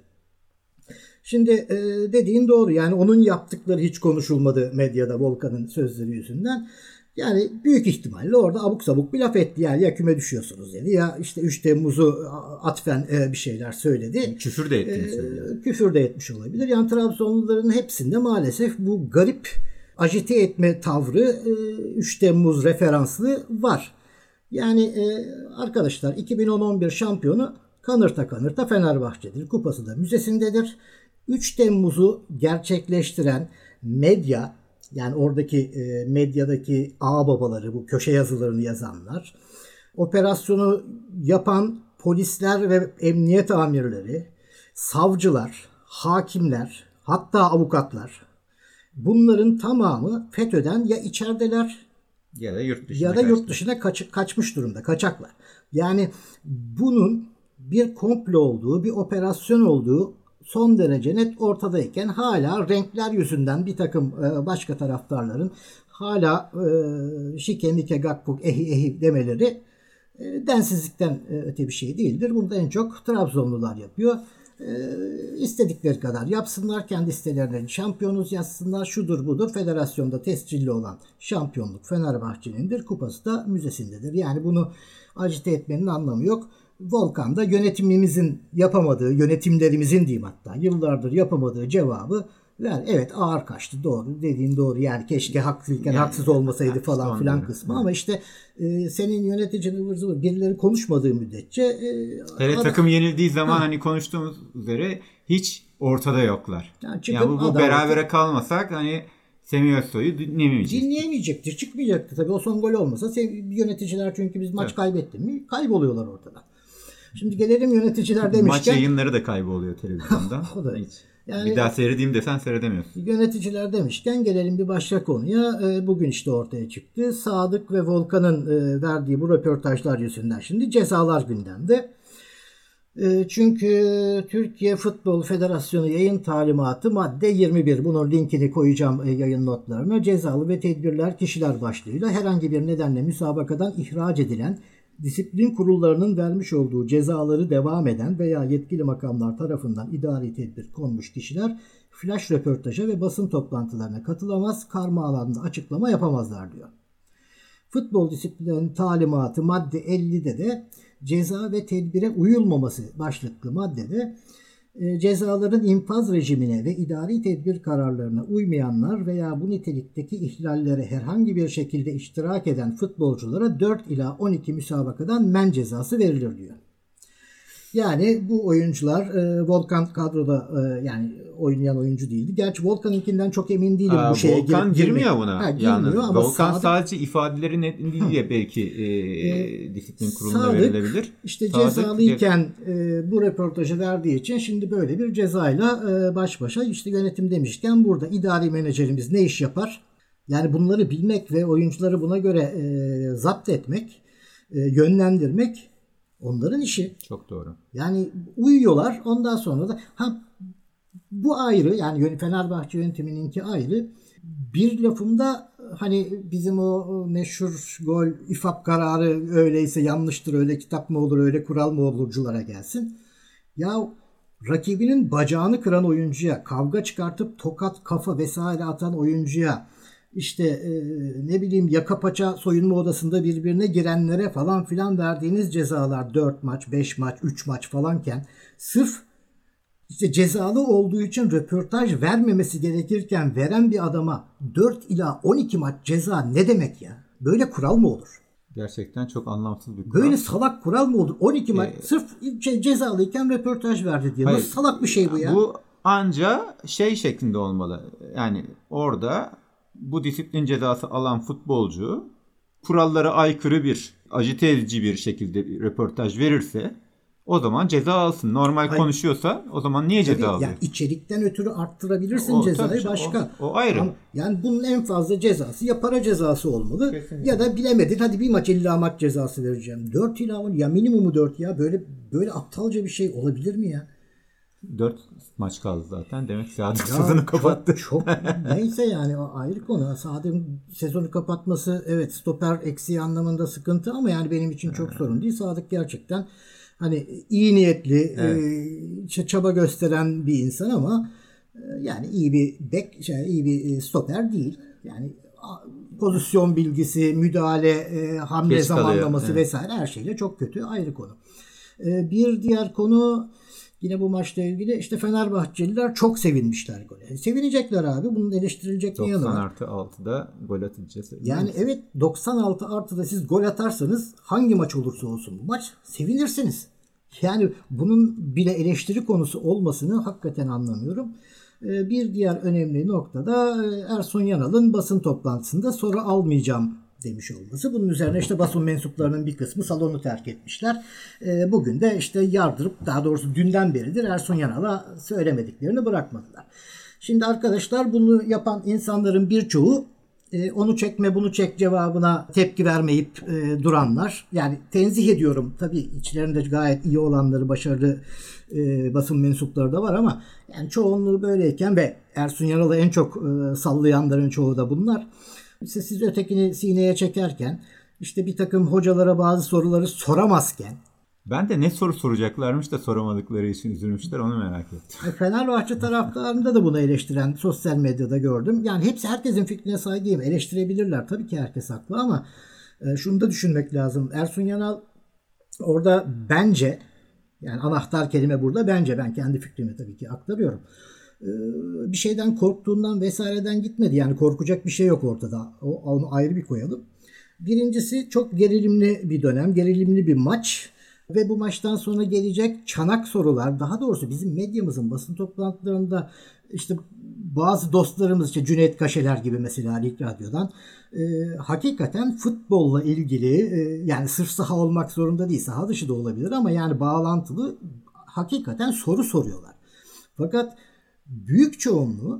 Şimdi e, dediğin doğru. Yani onun yaptıkları hiç konuşulmadı medyada Volkan'ın sözleri yüzünden. Yani büyük ihtimalle orada abuk sabuk bir laf etti. Yani ya küme düşüyorsunuz dedi ya işte üç Temmuz'u atfen e, bir şeyler söyledi. Küfür de ettiğini söylüyor. E, küfür de etmiş olabilir. Yani Trabzonluların hepsinde maalesef bu garip ajite etme tavrı üç Temmuz referanslı var. Yani arkadaşlar iki bin on on bir şampiyonu kanırta kanırta Fenerbahçe'dir. Kupası da müzesindedir. üç Temmuz'u gerçekleştiren medya yani oradaki medyadaki ağababaları bu köşe yazılarını yazanlar operasyonu yapan polisler ve emniyet amirleri, savcılar, hakimler hatta avukatlar bunların tamamı FETÖ'den ya içerideler ya da yurt dışına, ya da yurt dışına kaç, kaçmış durumda, kaçaklar. Yani bunun bir komplo olduğu, bir operasyon olduğu son derece net ortadayken hala renkler yüzünden bir takım başka taraftarların hala e, şike mike gakkuk ehi ehi demeleri e, densizlikten öte bir şey değildir. Bunu da en çok Trabzonlular yapıyor. E, istedikleri kadar yapsınlar. Kendi sitelerine şampiyonuz yazsınlar. Şudur budur. Federasyonda tescilli olan şampiyonluk Fenerbahçe'nindir. Kupası da müzesindedir. Yani bunu agite etmenin anlamı yok. Volkan'da yönetimimizin yapamadığı, yönetimlerimizin diyeyim hatta yıllardır yapamadığı cevabı ver. Evet ağır kaçtı doğru dediğin doğru yani keşke haklıyken yani, haksız olmasaydı falan filan doğru. Kısmı ama işte e, senin yöneticin ıvır zıvır birileri konuşmadığı müddetçe e, hele adam, takım yenildiği zaman ha. hani konuştuğumuz üzere hiç ortada yoklar. Yani, yani bu, bu berabere kalmasak hani Semih Özsoy'u dinlemeyecektir. Dinleyemeyecektir. Çıkmayacaktı tabii. O son gol olmasa yöneticiler çünkü biz maç evet. kaybettik mi kayboluyorlar ortadan. Şimdi gelelim yöneticiler demişken. Maç yayınları da kayboluyor televizyonda. O da hiç. Yani, bir daha seyredeyim desen seyredemiyorsun. Yöneticiler demişken gelelim bir başka konuya. Bugün işte ortaya çıktı. Sadık ve Volkan'ın verdiği bu röportajlar yüzünden şimdi cezalar gündemde. Çünkü Türkiye Futbol Federasyonu yayın talimatı madde yirmi bir. Bunun linkini koyacağım yayın notlarına. Cezalı ve tedbirler kişiler başlığıyla herhangi bir nedenle müsabakadan ihraç edilen disiplin kurullarının vermiş olduğu cezaları devam eden veya yetkili makamlar tarafından idari tedbir konmuş kişiler flash röportaja ve basın toplantılarına katılamaz, karma alanda açıklama yapamazlar diyor. Futbol disiplin talimatı madde ellide de ceza ve tedbire uyulmaması başlıklı maddede e, cezaların infaz rejimine ve idari tedbir kararlarına uymayanlar veya bu nitelikteki ihlallere herhangi bir şekilde iştirak eden futbolculara dört ila on iki müsabakadan men cezası verilir diyor. Yani bu oyuncular e, Volkan kadroda e, yani oynayan oyuncu değildi. Gerçi Volkan'ınkinden çok emin değilim Aa, bu şeye Volkan girip girmiyor buna. Ha, girmiyor yalnız. ama Volkan Sadık, sadece ifadeleri nedeniyle belki e, e, disiplin kuruluna Sadık, verilebilir. işte Sadık, cezalıyken e, bu röportajı verdiği için şimdi böyle bir cezayla e, baş başa. İşte yönetim demişken burada idari menajerimiz ne iş yapar? Yani bunları bilmek ve oyuncuları buna göre e, zapt etmek, e, yönlendirmek onların işi. Çok doğru. Yani uyuyorlar. Ondan sonra da ha bu ayrı, yani Fenerbahçe yönetimininki ayrı. Bir lafımda hani bizim o meşhur gol İFAP kararı öyleyse yanlıştır, öyle kitap mı olur, öyle kural mı olurculara gelsin. Ya rakibinin bacağını kıran oyuncuya, kavga çıkartıp tokat, kafa vesaire atan oyuncuya, işte e, ne bileyim yaka paça soyunma odasında birbirine girenlere falan filan verdiğiniz cezalar dört maç, beş maç, üç maç falanken sırf işte cezalı olduğu için röportaj vermemesi gerekirken veren bir adama dört ila on iki maç ceza ne demek ya? Böyle kural mı olur? Gerçekten çok anlamsız bir kural. Böyle salak kural mı olur? on iki maç ee, sırf ce- cezalıyken röportaj verdi diye. Hayır, Nasıl salak bir şey bu ya? Bu anca şey şeklinde olmalı. Yani orada bu disiplin cezası alan futbolcu kurallara aykırı bir, agite edici bir şekilde bir röportaj verirse o zaman ceza alsın. Normal Hayır. konuşuyorsa o zaman niye ceza Tabii, alıyor? yani içerikten ötürü arttırabilirsin O, cezayı tabii, başka. O, o ayrı. Ama yani bunun en fazla cezası ya para cezası olmalı. Kesinlikle. Ya da bilemedin hadi bir maç illa maç cezası vereceğim. dört ila on ya minimumu dört ya böyle böyle aptalca bir şey olabilir mi ya? dört maç kaldı zaten. Demek Sadık Ya sezonu kapattı. Çok, çok neyse yani o ayrı konu. Sadık'ın sezonu kapatması evet stoper eksiği anlamında sıkıntı ama yani benim için çok sorun değil. Sadık gerçekten hani iyi niyetli, evet. e, çaba gösteren bir insan ama e, yani iyi bir bek, şey, iyi bir stoper değil. Yani pozisyon bilgisi, müdahale, e, hamle Geç zamanlaması kalıyor, evet. vesaire her şeyle çok kötü, ayrı konu. E, bir diğer konu yine bu maçla ilgili işte Fenerbahçeliler çok sevinmişler gole. Sevinecekler abi. Bunun eleştirilecek bir yanı var. doksan artı altıda gol atınca yani evet doksan altı artıda siz gol atarsanız hangi maç olursa olsun bu maç sevinirsiniz. Yani bunun bile eleştiri konusu olmasını hakikaten anlamıyorum. Bir diğer önemli nokta da Ersun Yanal'ın basın toplantısında soru almayacağım demiş olması. Bunun üzerine işte basın mensuplarının bir kısmı salonu terk etmişler. Bugün de işte yardırıp, daha doğrusu dünden beridir Ersun Yanal'a söylemediklerini bırakmadılar. Şimdi arkadaşlar bunu yapan insanların birçoğu onu çekme bunu çek cevabına tepki vermeyip e, duranlar. Yani tenzih ediyorum. Tabii içlerinde gayet iyi olanları, başarılı e, basın mensupları da var ama yani çoğunluğu böyleyken ve Ersun Yanal'ı en çok e, sallayanların çoğu da bunlar. İşte siz ötekini sineye çekerken, işte bir takım hocalara bazı soruları soramazken. Ben de ne soru soracaklarmış da soramadıkları için üzülmüşler, onu merak ettim. Fenerbahçe taraftarında da bunu eleştiren sosyal medyada gördüm. Yani hepsi herkesin fikrine saygıyım. Eleştirebilirler. Tabii ki herkes haklı ama e, şunu da düşünmek lazım. Ersun Yanal orada bence, yani anahtar kelime burada bence, ben kendi fikrimi tabii ki aktarıyorum. E, bir şeyden korktuğundan vesaireden gitmedi. Yani korkacak bir şey yok ortada. O, onu ayrı bir koyalım. Birincisi çok gerilimli bir dönem. Gerilimli bir maç. Ve bu maçtan sonra gelecek çanak sorular, daha doğrusu bizim medyamızın basın toplantılarında işte bazı dostlarımız, işte Cüneyt Kaşeler gibi mesela Lig Radyo'dan e, hakikaten futbolla ilgili e, yani sırf saha olmak zorunda değil, saha dışı da olabilir ama yani bağlantılı hakikaten soru soruyorlar. Fakat büyük çoğunluğu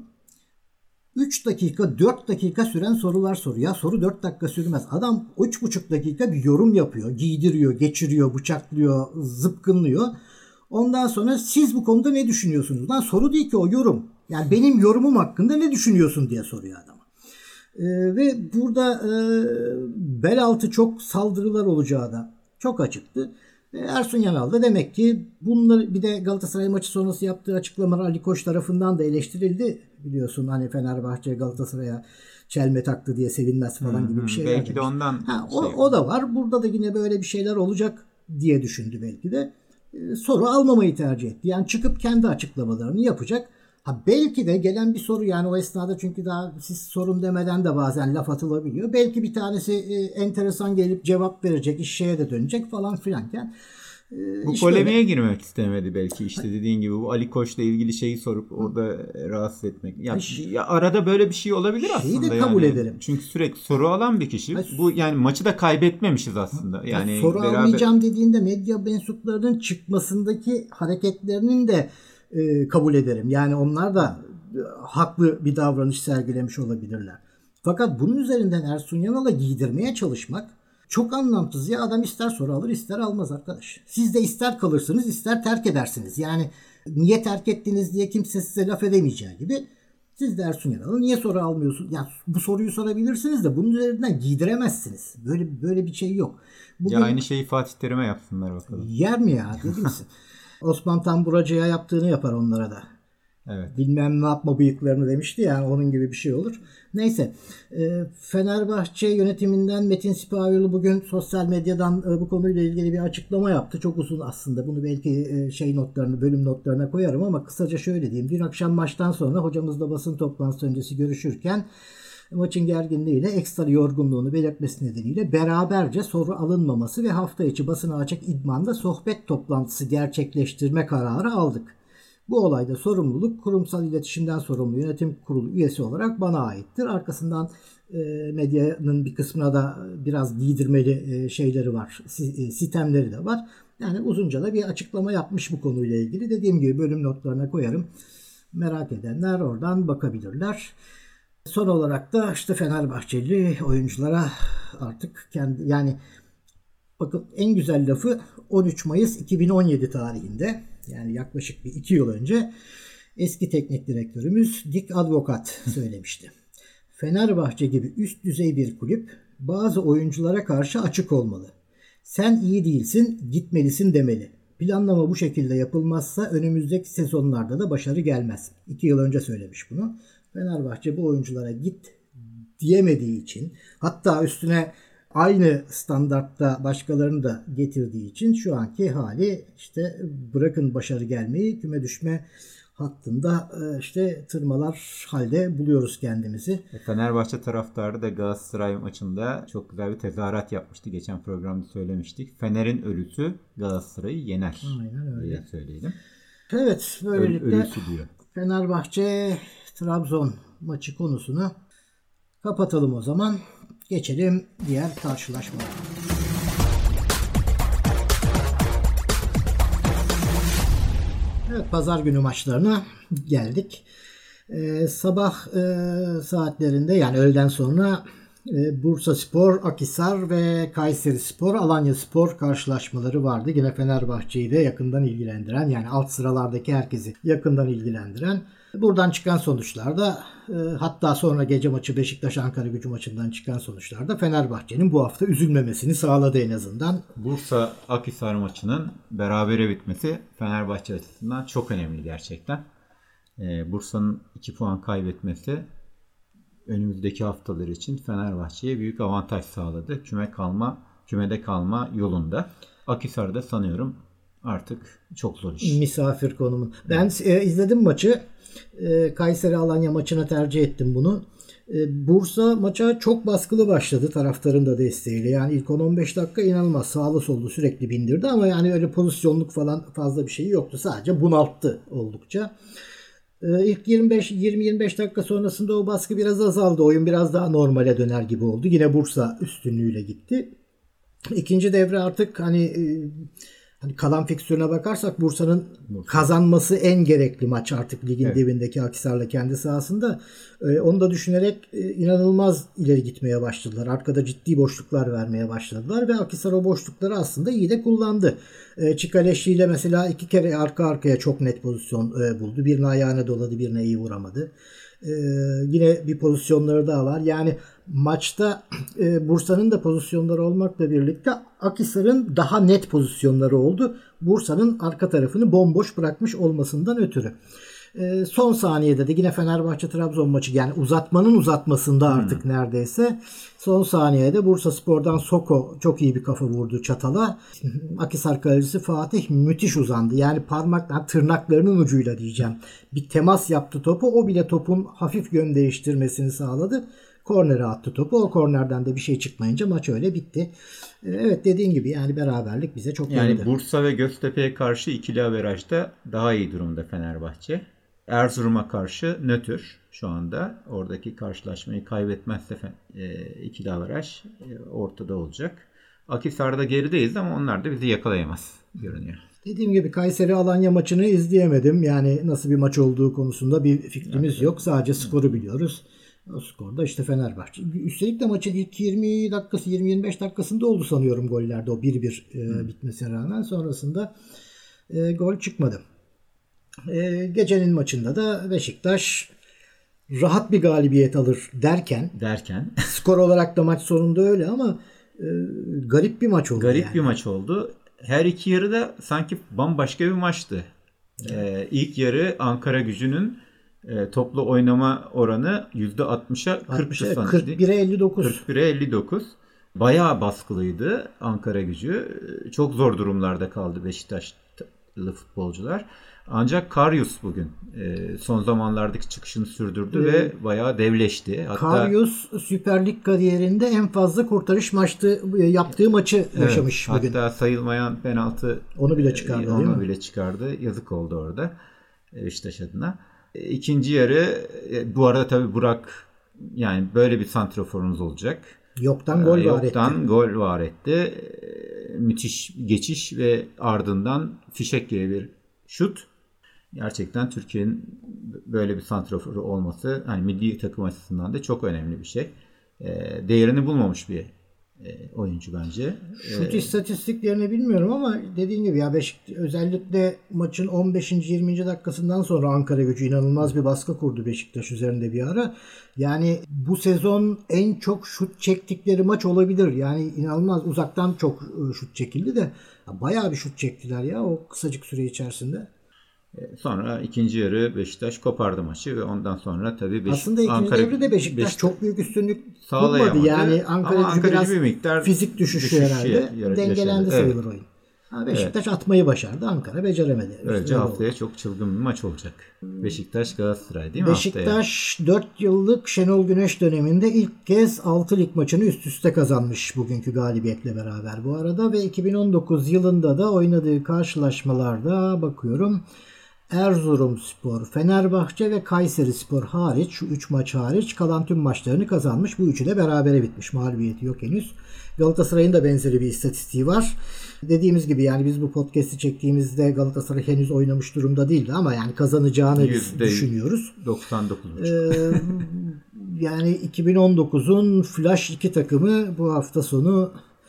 üç dakika dört dakika süren sorular soruyor. Ya soru dört dakika sürmez. Adam üç buçuk dakika bir yorum yapıyor. Giydiriyor, geçiriyor, bıçaklıyor, zıpkınlıyor. Ondan sonra siz bu konuda ne düşünüyorsunuz? Lan soru değil ki o, yorum. Yani benim yorumum hakkında ne düşünüyorsun diye soruyor adam. Ee, ve burada e, bel altı çok saldırılar olacağı da çok açıktı. Ersun Yanal da demek ki bunları, bir de Galatasaray maçı sonrası yaptığı açıklamalar Ali Koç tarafından da eleştirildi. Biliyorsun hani Fenerbahçe Galatasaray'a çelme taktı diye sevinmez falan gibi bir şeyler belki demiş. de ondan ha, o, şey o da var. Burada da yine böyle bir şeyler olacak diye düşündü belki de. e, soru almamayı tercih etti. Yani çıkıp kendi açıklamalarını yapacak. Ha belki de gelen bir soru, yani o esnada çünkü daha siz sorun demeden de bazen laf atılabiliyor. Belki bir tanesi e, enteresan gelip cevap verecek, iş şeye de dönecek falan filanken. Bu işte polemiğe öyle girmek istemedi belki, işte dediğin gibi bu Ali Koç'la ilgili şeyi sorup orada rahatsız etmek. Ya, ya arada böyle bir şey olabilir aslında. Şeyi de kabul yani. ederim. Çünkü sürekli soru alan bir kişi. Hayır. Bu yani maçı da kaybetmemişiz aslında. Yani ya soru beraber almayacağım dediğinde medya mensuplarının çıkmasındaki hareketlerinin de e, kabul ederim. Yani onlar da e, haklı bir davranış sergilemiş olabilirler. Fakat bunun üzerinden Ersun Yanal'a giydirmeye çalışmak çok anlamsız. Ya adam ister soru alır ister almaz arkadaş. Siz de ister kalırsınız ister terk edersiniz. Yani niye terk ettiniz diye kimse size laf edemeyeceği gibi siz de Ersun Yanal'a niye soru almıyorsun? Ya bu soruyu sorabilirsiniz de bunun üzerinden giydiremezsiniz. Böyle böyle bir şey yok. Bugün, ya aynı şeyi Fatih Terim'e yapsınlar bakalım. Yer mi ya? Dedi misin? Osman Tamburacı'ya yaptığını yapar onlara da. Evet. Bilmem ne yapma bıyıklarını demişti ya, onun gibi bir şey olur. Neyse, e, Fenerbahçe yönetiminden Metin Sipahiyoğlu bugün sosyal medyadan e, bu konuyla ilgili bir açıklama yaptı. Çok uzun aslında. Bunu belki e, şey notlarını, bölüm notlarına koyarım ama kısaca şöyle diyeyim. Dün akşam maçtan sonra hocamızla basın toplantısı öncesi görüşürken maçın gerginliğiyle ekstra yorgunluğunu belirtmesi nedeniyle beraberce soru alınmaması ve hafta içi basına açık idmanda sohbet toplantısı gerçekleştirme kararı aldık. Bu olayda sorumluluk kurumsal iletişimden sorumlu yönetim kurulu üyesi olarak bana aittir. Arkasından e, medyanın bir kısmına da biraz giydirmeli e, şeyleri var, e, sistemleri de var. Yani uzunca da bir açıklama yapmış bu konuyla ilgili. Dediğim gibi bölüm notlarına koyarım. Merak edenler oradan bakabilirler. Son olarak da işte Fenerbahçeli oyunculara artık kendi, yani bakın en güzel lafı on üç Mayıs iki bin on yedi tarihinde, yani yaklaşık bir iki yıl önce eski teknik direktörümüz Dick Advokat söylemişti. Fenerbahçe gibi üst düzey bir kulüp bazı oyunculara karşı açık olmalı. Sen iyi değilsin, gitmelisin demeli. Planlama bu şekilde yapılmazsa önümüzdeki sezonlarda da başarı gelmez. iki yıl önce söylemiş bunu. Fenerbahçe bu oyunculara git diyemediği için, hatta üstüne aynı standartta başkalarını da getirdiği için şu anki hali işte bırakın başarı gelmeyi, küme düşme hattında işte tırmalar halde buluyoruz kendimizi. Fenerbahçe taraftarı da Galatasaray maçında çok güzel bir tezahürat yapmıştı. Geçen programda söylemiştik. Fener'in ölüsü Galatasaray'ı yener. Aynen öyle. Diye söyleyelim. Evet, böylelikle ölüsü diyor. Fenerbahçe Trabzon maçı konusunu kapatalım o zaman. Geçelim diğer karşılaşmalara. Evet, pazar günü maçlarına geldik. Ee, sabah e, saatlerinde, yani öğleden sonra e, Bursaspor, Akhisar ve Kayserispor, Alanyaspor karşılaşmaları vardı. Yine Fenerbahçe'yi de yakından ilgilendiren, yani alt sıralardaki herkesi yakından ilgilendiren. Buradan çıkan sonuçlarda, e, hatta sonra gece maçı Beşiktaş Ankara Gücü maçından çıkan sonuçlarda Fenerbahçe'nin bu hafta üzülmemesini sağladı en azından. Bursa Akhisar maçının berabere bitmesi Fenerbahçe açısından çok önemli gerçekten. E, Bursa'nın iki puan kaybetmesi önümüzdeki haftalar için Fenerbahçe'ye büyük avantaj sağladı. Küme kalma, kümede kalma yolunda. Akhisar'da sanıyorum artık çok zor iş. Misafir konumu. Ben e, izledim maçı. E, Kayseri Alanya maçına tercih ettim bunu. E, Bursa maça çok baskılı başladı taraftarın da desteğiyle. Yani ilk on on beş dakika inanılmaz sağlı sollu sürekli bindirdi ama yani öyle pozisyonluk falan fazla bir şey yoktu. Sadece bunalttı oldukça. E, ilk yirmi beş yirmi yirmi beş dakika sonrasında o baskı biraz azaldı. Oyun biraz daha normale döner gibi oldu. Yine Bursa üstünlüğüyle gitti. İkinci devre artık hani e, Hani kalan fikstürüne bakarsak Bursa'nın Bursa. kazanması en gerekli maç artık ligin evet. dibindeki Akhisar'la kendi sahasında. Ee, onu da düşünerek e, inanılmaz ileri gitmeye başladılar. Arkada ciddi boşluklar vermeye başladılar ve Akhisar o boşlukları aslında iyi de kullandı. E, Çikaleşi ile mesela iki kere arka arkaya çok net pozisyon e, buldu. Birine ayağına doladı, birine iyi vuramadı. Ee, yine bir pozisyonları daha var. Yani maçta e, Bursa'nın da pozisyonları olmakla birlikte Akhisar'ın daha net pozisyonları oldu. Bursa'nın arka tarafını bomboş bırakmış olmasından ötürü. E, son saniyede de yine Fenerbahçe-Trabzon maçı, yani uzatmanın uzatmasında artık hmm. neredeyse son saniyede Bursaspor'dan Soko çok iyi bir kafa vurdu çatala. Akhisar kalecisi Fatih müthiş uzandı. Yani parmakla, tırnaklarının ucuyla diyeceğim. Bir temas yaptı topu. O bile topun hafif yön değiştirmesini sağladı. Kornere attı topu. O kornerden de bir şey çıkmayınca maç öyle bitti. Evet, dediğin gibi yani beraberlik bize çok yani yaradı. Bursa ve Göztepe'ye karşı ikili averajda daha iyi durumda Fenerbahçe. Erzurum'a karşı nötr şu anda. Oradaki karşılaşmayı kaybetmezse e, ikili averaj e, ortada olacak. Akhisar'da gerideyiz ama onlar da bizi yakalayamaz görünüyor. Dediğim gibi Kayseri Alanya maçını izleyemedim. Yani nasıl bir maç olduğu konusunda bir fikrimiz evet. yok. Sadece skoru biliyoruz. O skorda işte Fenerbahçe. Üstelik de maçın ilk yirmi dakikası, yirmi yirmi beş dakikasında oldu sanıyorum gollerde. O bir bir e, bitmesine rağmen sonrasında e, gol çıkmadı. E, gecenin maçında da Beşiktaş rahat bir galibiyet alır derken derken skor olarak da maç sonunda öyle ama e, garip bir maç oldu. Garip yani. bir maç oldu. Her iki yarı da sanki bambaşka bir maçtı. Evet. E, ilk yarı Ankaragücü'nün E, toplu oynama oranı yüzde altmışa kırktı sanırım. kırk bire elli dokuz. kırk bire elli dokuz. Bayağı baskılıydı Ankaragücü. Çok zor durumlarda kaldı Beşiktaşlı futbolcular. Ancak Karius bugün e, son zamanlardaki çıkışını sürdürdü ee, ve bayağı devleşti. Hatta Karius Süper Lig kariyerinde en fazla kurtarış maçtı yaptığı maçı evet, yaşamış bugün. Hatta sayılmayan penaltı onu bile çıkardı. E, onu bile çıkardı. Yazık oldu orada Beşiktaş adına. İkinci yarı bu arada tabii Burak, yani böyle bir santraforunuz olacak. Yoktan gol var etti. Yoktan gol var etti. Müthiş geçiş ve ardından fişek gibi bir şut. Gerçekten Türkiye'nin böyle bir santraforu olması hani milli takım açısından da çok önemli bir şey. Değerini bulmamış bir oyuncu bence. Şut istatistiklerini bilmiyorum ama dediğin gibi ya Beşiktaş özellikle maçın on beşinci yirminci dakikasından sonra Ankaragücü inanılmaz bir baskı kurdu Beşiktaş üzerinde bir ara. Yani bu sezon en çok şut çektikleri maç olabilir. Yani inanılmaz uzaktan çok şut çekildi de bayağı bir şut çektiler ya o kısacık süre içerisinde. Sonra ikinci yarı Beşiktaş kopardı maçı ve ondan sonra tabii Beşiktaş, aslında ikinci Ankara, devrede Beşiktaş, Beşiktaş çok büyük üstünlük sağlayamadı. kurmadı. Yani Ankaragücü biraz bir miktar fizik düşüşü, düşüşü herhalde. Dengelendi sayılır evet. oyun. Ha, Beşiktaş evet. atmayı başardı. Ankara beceremedi. Böylece haftaya oldu. Çok çılgın bir maç olacak. Beşiktaş Galatasaray değil mi Beşiktaş haftaya? dört yıllık Şenol Güneş döneminde ilk kez altı lig maçını üst üste kazanmış bugünkü galibiyetle beraber bu arada ve iki bin on dokuz yılında da oynadığı karşılaşmalarda bakıyorum Erzurumspor, Fenerbahçe ve Kayserispor hariç, şu üç maç hariç kalan tüm maçlarını kazanmış. Bu üçü de berabere bitmiş. Mağlubiyeti yok henüz. Galatasaray'ın da benzeri bir istatistiği var. Dediğimiz gibi yani biz bu podcast'i çektiğimizde Galatasaray henüz oynamış durumda değildi ama yani kazanacağını biz düşünüyoruz. doksan dokuz ee, yani iki bin on dokuzun Flash iki takımı bu hafta sonu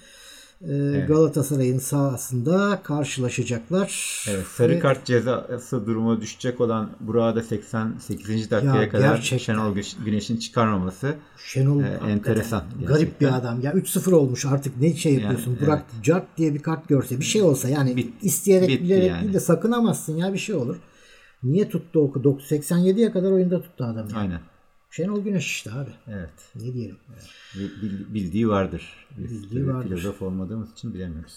Evet. Galatasaray'ın sahasında karşılaşacaklar. Evet, sarı Ve... kart cezası duruma düşecek olan Burak'a da seksen sekizinci dakikaya ya, kadar gerçekten. Şenol Güneş'in çıkarmaması Şenol e, enteresan. Gerçekten. Garip bir adam. Ya üç sıfır olmuş artık ne şey yapıyorsun. Yani, Burak evet. Cart diye bir kart görse bir şey olsa yani Bit, isteyerek bilerek yani. Değil de sakınamazsın ya bir şey olur. Niye tuttu o? seksen yediye kadar oyunda tuttu adam. Yani. Aynen. Şenol Güneş işte abi. Evet. Ne diyelim. Evet. Bildiği vardır. Biz Bildiği vardır. Filozof olmadığımız için bilemiyoruz.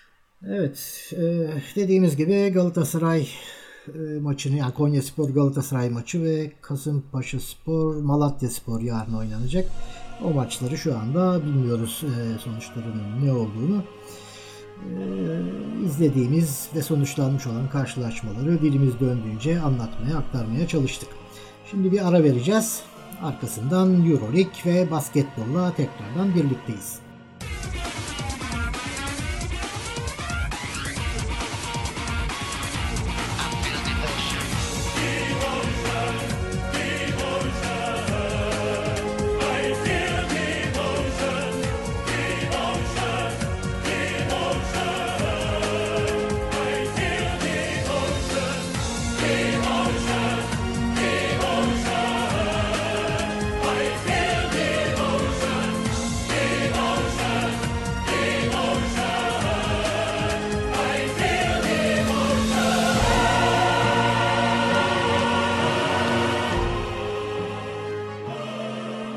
Evet. E, dediğimiz gibi Galatasaray e, maçını yani Konyaspor Galatasaray maçı ve Kasımpaşaspor Malatyaspor yarın oynanacak. O maçları şu anda bilmiyoruz e, sonuçlarının ne olduğunu. E, izlediğimiz ve sonuçlanmış olan karşılaşmaları dilimiz döndüğünce anlatmaya, aktarmaya çalıştık. Şimdi bir ara vereceğiz. Arkasından Euroleague ve basketbolla tekrardan birlikteyiz.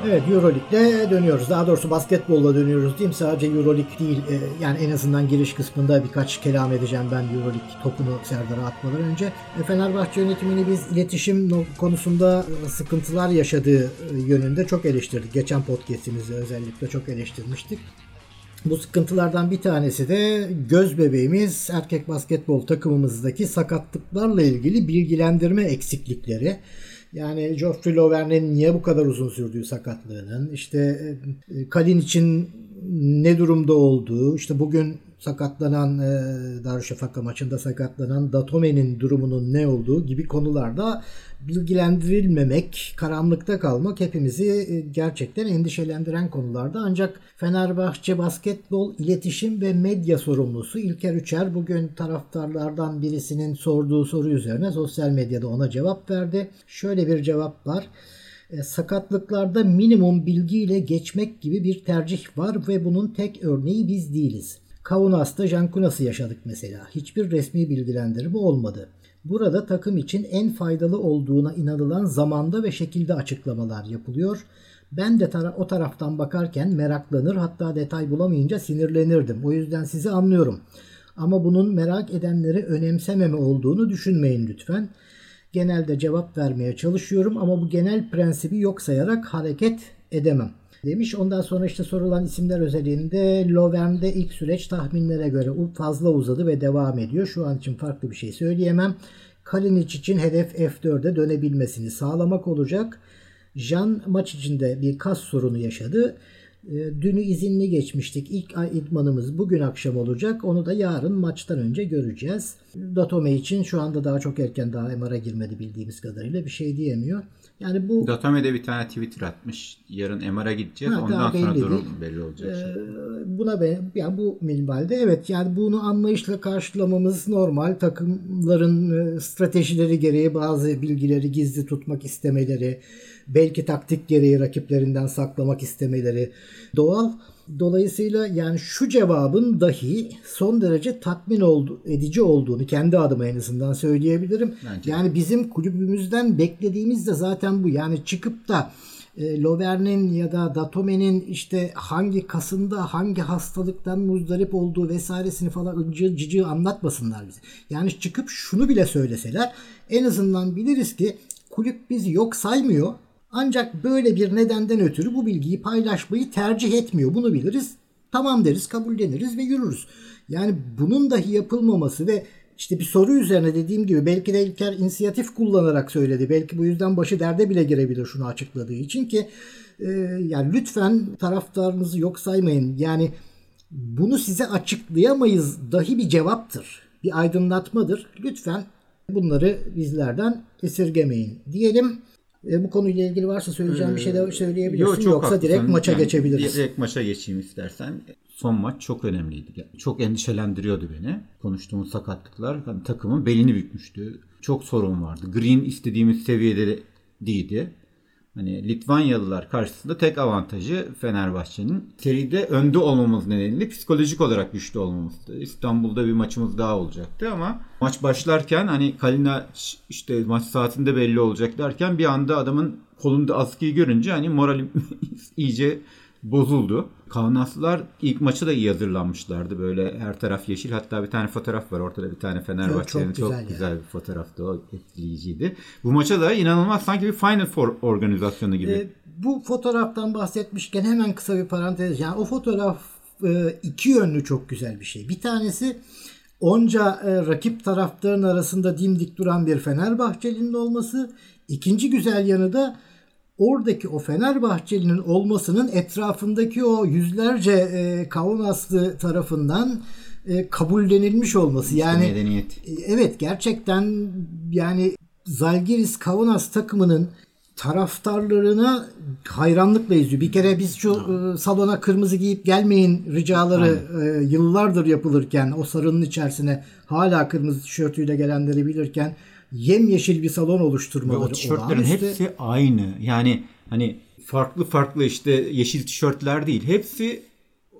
Evet, Euroleague'de dönüyoruz. Daha doğrusu basketbolla dönüyoruz diyeyim. Sadece Euroleague değil. E, yani en azından giriş kısmında birkaç kelam edeceğim ben Euroleague topunu Serdar'a atmadan önce. E, Fenerbahçe yönetimini biz iletişim konusunda sıkıntılar yaşadığı yönünde çok eleştirdik. Geçen podcast'imizde özellikle çok eleştirmiştik. Bu sıkıntılardan bir tanesi de göz bebeğimiz erkek basketbol takımımızdaki sakatlıklarla ilgili bilgilendirme eksiklikleri. Yani Geoffrey Lauvergne'in niye bu kadar uzun sürdüğü sakatlığının, işte Kalinic'in ne durumda olduğu, işte bugün sakatlanan Darüşşafaka maçında sakatlanan Datome'nin durumunun ne olduğu gibi konularda bilgilendirilmemek, karanlıkta kalmak hepimizi gerçekten endişelendiren konularda. Ancak Fenerbahçe Basketbol İletişim ve Medya Sorumlusu İlker Üçer bugün taraftarlardan birisinin sorduğu soru üzerine sosyal medyada ona cevap verdi. Şöyle bir cevap var. E, sakatlıklarda minimum bilgiyle geçmek gibi bir tercih var ve bunun tek örneği biz değiliz. Kaunas'ta Jankunas'ı yaşadık mesela. Hiçbir resmi bilgilendirme olmadı. Burada takım için en faydalı olduğuna inanılan zamanda ve şekilde açıklamalar yapılıyor. Ben de tara- o taraftan bakarken meraklanır, hatta detay bulamayınca sinirlenirdim. O yüzden sizi anlıyorum. Ama bunun merak edenleri önemsememe olduğunu düşünmeyin lütfen. Genelde cevap vermeye çalışıyorum ama bu genel prensibi yok sayarak hareket edemem demiş. Ondan sonra işte sorulan isimler özelliğinde Lauvergne'de ilk süreç tahminlere göre fazla uzadı ve devam ediyor. Şu an için farklı bir şey söyleyemem. Kalinic için hedef F dörde dönebilmesini sağlamak olacak. Jan maç içinde bir kas sorunu yaşadı. Dünü izinli geçmiştik. İlk ay idmanımız bugün akşam olacak. Onu da yarın maçtan önce göreceğiz. Datome için şu anda daha çok erken, daha M R'a girmedi bildiğimiz kadarıyla, bir şey diyemiyor. Yani bu Datome'de bir tane Twitter atmış. Yarın M R'a gideceğiz. Ha, ondan sonra durum değil. Belli olacak. Ee, buna be, yani bu minvalde evet, yani bunu anlayışla karşılamamız normal. Takımların stratejileri gereği bazı bilgileri gizli tutmak istemeleri, belki taktik gereği rakiplerinden saklamak istemeleri doğal. Dolayısıyla yani şu cevabın dahi son derece tatmin oldu, edici olduğunu kendi adıma en azından söyleyebilirim. Bence. Yani bizim kulübümüzden beklediğimiz de zaten bu. Yani çıkıp da e, Lauvergne'nin ya da Datome'nin işte hangi kasında hangi hastalıktan muzdarip olduğu vesairesini falan ıncı cıcı anlatmasınlar bize. Yani çıkıp şunu bile söyleseler en azından biliriz ki kulüp bizi yok saymıyor. Ancak böyle bir nedenden ötürü bu bilgiyi paylaşmayı tercih etmiyor. Bunu biliriz. Tamam deriz, kabulleniriz ve yürürüz. Yani bunun dahi yapılmaması ve işte bir soru üzerine dediğim gibi belki de İlker inisiyatif kullanarak söyledi. Belki bu yüzden başı derde bile girebilir şunu açıkladığı için ki e, yani lütfen taraftarınızı yok saymayın. Yani bunu size açıklayamayız dahi bir cevaptır. Bir aydınlatmadır. Lütfen bunları bizlerden esirgemeyin diyelim. E, bu konuyla ilgili varsa söyleyeceğim ee, bir şey de söyleyebilirsin. Yo, Yoksa haklısın. Direkt maça yani, geçebiliriz. Direkt maça geçeyim istersen. Son maç çok önemliydi. Çok endişelendiriyordu beni. Konuştuğumuz sakatlıklar yani takımın belini bükmüştü. Çok sorun vardı. Green istediğimiz seviyede değildi. Hani Litvanyalılar karşısında tek avantajı Fenerbahçe'nin seride önde olmamız nedeniyle psikolojik olarak güçlü olmamızdı. İstanbul'da bir maçımız daha olacaktı ama maç başlarken hani Kalina işte maç saatinde belli olacak derken bir anda adamın kolunda askıyı görünce hani moralim iyice bozuldu. Kaunaslılar ilk maçı da iyi hazırlanmışlardı. Böyle her taraf yeşil. Hatta bir tane fotoğraf var. Ortada bir tane Fenerbahçe'nin çok, çok, güzel, çok güzel bir fotoğraftı. O etkileyiciydi. Bu maça da inanılmaz sanki bir Final Four organizasyonu gibi. E, bu fotoğraftan bahsetmişken hemen kısa bir parantez. Yani o fotoğraf e, iki yönlü çok güzel bir şey. Bir tanesi onca e, rakip taraftarın arasında dimdik duran bir Fenerbahçeli'nin olması. İkinci güzel yanı da oradaki o Fenerbahçeli'nin olmasının etrafındaki o yüzlerce e, Kaunaslı tarafından e, kabullenilmiş olması. Yani medeniyet. E, evet gerçekten yani Zalgiris Kaunas takımının taraftarlarına hayranlıkla izliyor. Bir kere biz şu e, salona kırmızı giyip gelmeyin ricaları e, yıllardır yapılırken o sarının içerisine hala kırmızı tişörtüyle gelenleri bilirken yemyeşil bir salon oluşturmaları. Ve o tişörtlerin hepsi aynı. Yani hani farklı farklı işte yeşil tişörtler değil. Hepsi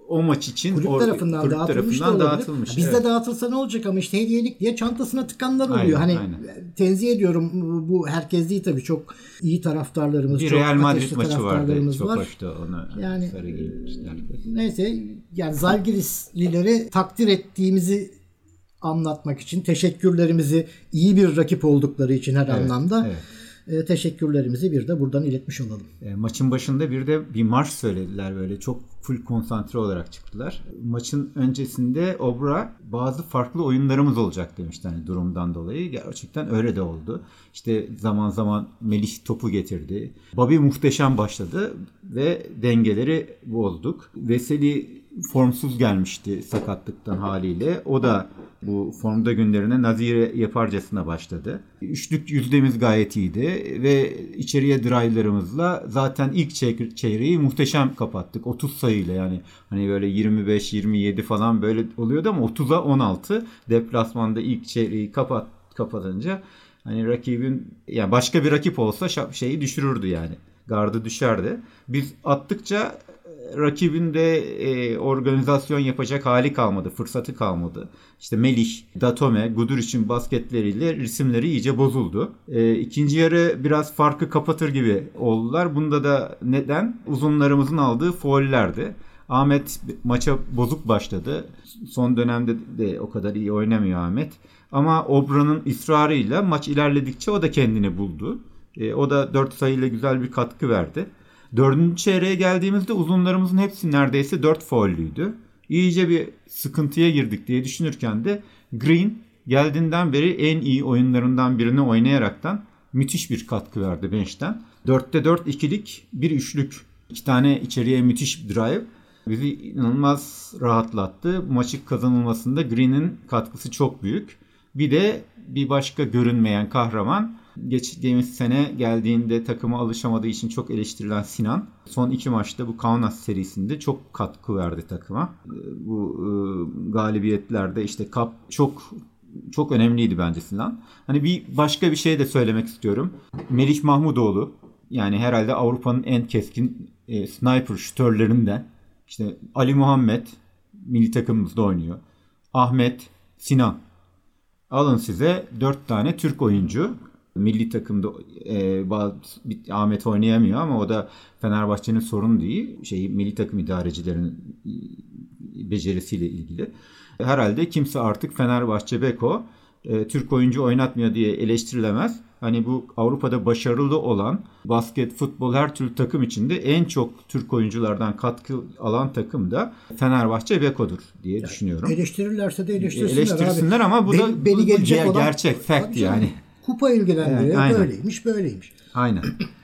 o maç için kulüp o, tarafından kulüp dağıtılmış tarafından da olabilir. dağıtılmış. Bizde evet. dağıtılsa ne olacak ama işte hediyelik diye çantasına tıkanlar oluyor. Aynen, hani aynen. Tenzih ediyorum, bu herkes değil tabii, çok iyi taraftarlarımız, bir çok Real Madrid ateşli maçı vardı. taraftarlarımız Çok var. hoştu, onu yani, sarı giymişler. Neyse, yani Zalgirislileri takdir ettiğimizi anlatmak için, teşekkürlerimizi, iyi bir rakip oldukları için her evet, anlamda evet. E, teşekkürlerimizi bir de buradan iletmiş olalım. E, maçın başında bir de bir marş söylediler, böyle çok full konsantre olarak çıktılar. Maçın öncesinde Obra bazı farklı oyunlarımız olacak demişti hani durumdan dolayı. Gerçekten öyle de oldu. İşte zaman zaman Melih topu getirdi. Bobby muhteşem başladı ve dengeleri bozduk. Veseli formsuz gelmişti sakatlıktan haliyle. O da bu formda günlerine nazire yaparcasına başladı. Üçlük yüzdemiz gayet iyiydi ve içeriye drive'larımızla zaten ilk çey- çeyreği muhteşem kapattık. otuz sayıyla, yani hani böyle yirmi beş yirmi yedi falan böyle oluyordu ama otuza on altı deplasmanda ilk çeyreği kapat kapatınca hani rakibin, yani başka bir rakip olsa şeyi düşürürdü yani. Gardı düşerdi. Biz attıkça rakibin de e, organizasyon yapacak hali kalmadı, fırsatı kalmadı. İşte Melih, Datome, Guduric'in basketleriyle risimleri iyice bozuldu. E, ikinci yarı biraz farkı kapatır gibi oldular. Bunda da neden? Uzunlarımızın aldığı faullerdi. Ahmet maça bozuk başladı. Son dönemde de o kadar iyi oynamıyor Ahmet. Ama Obra'nın ısrarıyla maç ilerledikçe o da kendini buldu. E, o da dört sayıyla güzel bir katkı verdi. Dördüncü çeyreğe geldiğimizde uzunlarımızın hepsi neredeyse dört faullüydü. İyice bir sıkıntıya girdik diye düşünürken de Green geldiğinden beri en iyi oyunlarından birini oynayaraktan müthiş bir katkı verdi bench'ten. dörtte dört ikilik bir üçlük, iki tane içeriye müthiş bir drive bizi inanılmaz rahatlattı. Maçın kazanılmasında Green'in katkısı çok büyük. Bir de bir başka görünmeyen kahraman, geçtiğimiz sene geldiğinde takıma alışamadığı için çok eleştirilen Sinan. Son iki maçta bu Kaunas serisinde çok katkı verdi takıma. Bu e, galibiyetlerde işte kap çok çok önemliydi bence Sinan. Hani bir başka bir şey de söylemek istiyorum. Melih Mahmudoğlu, yani herhalde Avrupa'nın en keskin e, sniper şütörlerinden. İşte Ali Muhammed milli takımımızda oynuyor. Ahmet, Sinan. Alın size dört tane Türk oyuncu. Milli takımda e, bazı, Ahmet oynayamıyor ama o da Fenerbahçe'nin sorunu değil. Şey, milli takım idarecilerinin becerisiyle ilgili. Herhalde kimse artık Fenerbahçe Beko e, Türk oyuncu oynatmıyor diye eleştirilemez. Hani bu Avrupa'da başarılı olan basket, futbol, her türlü takım içinde en çok Türk oyunculardan katkı alan takım da Fenerbahçe Beko'dur diye yani düşünüyorum. Eleştirirlerse de eleştirsinler, eleştirsinler abi. Ama bu beni, da beni bu, gelecek bu olan gerçek, fact yani. Kupa ilgilendiriyor. Evet, böyleymiş, böyleymiş. Aynen.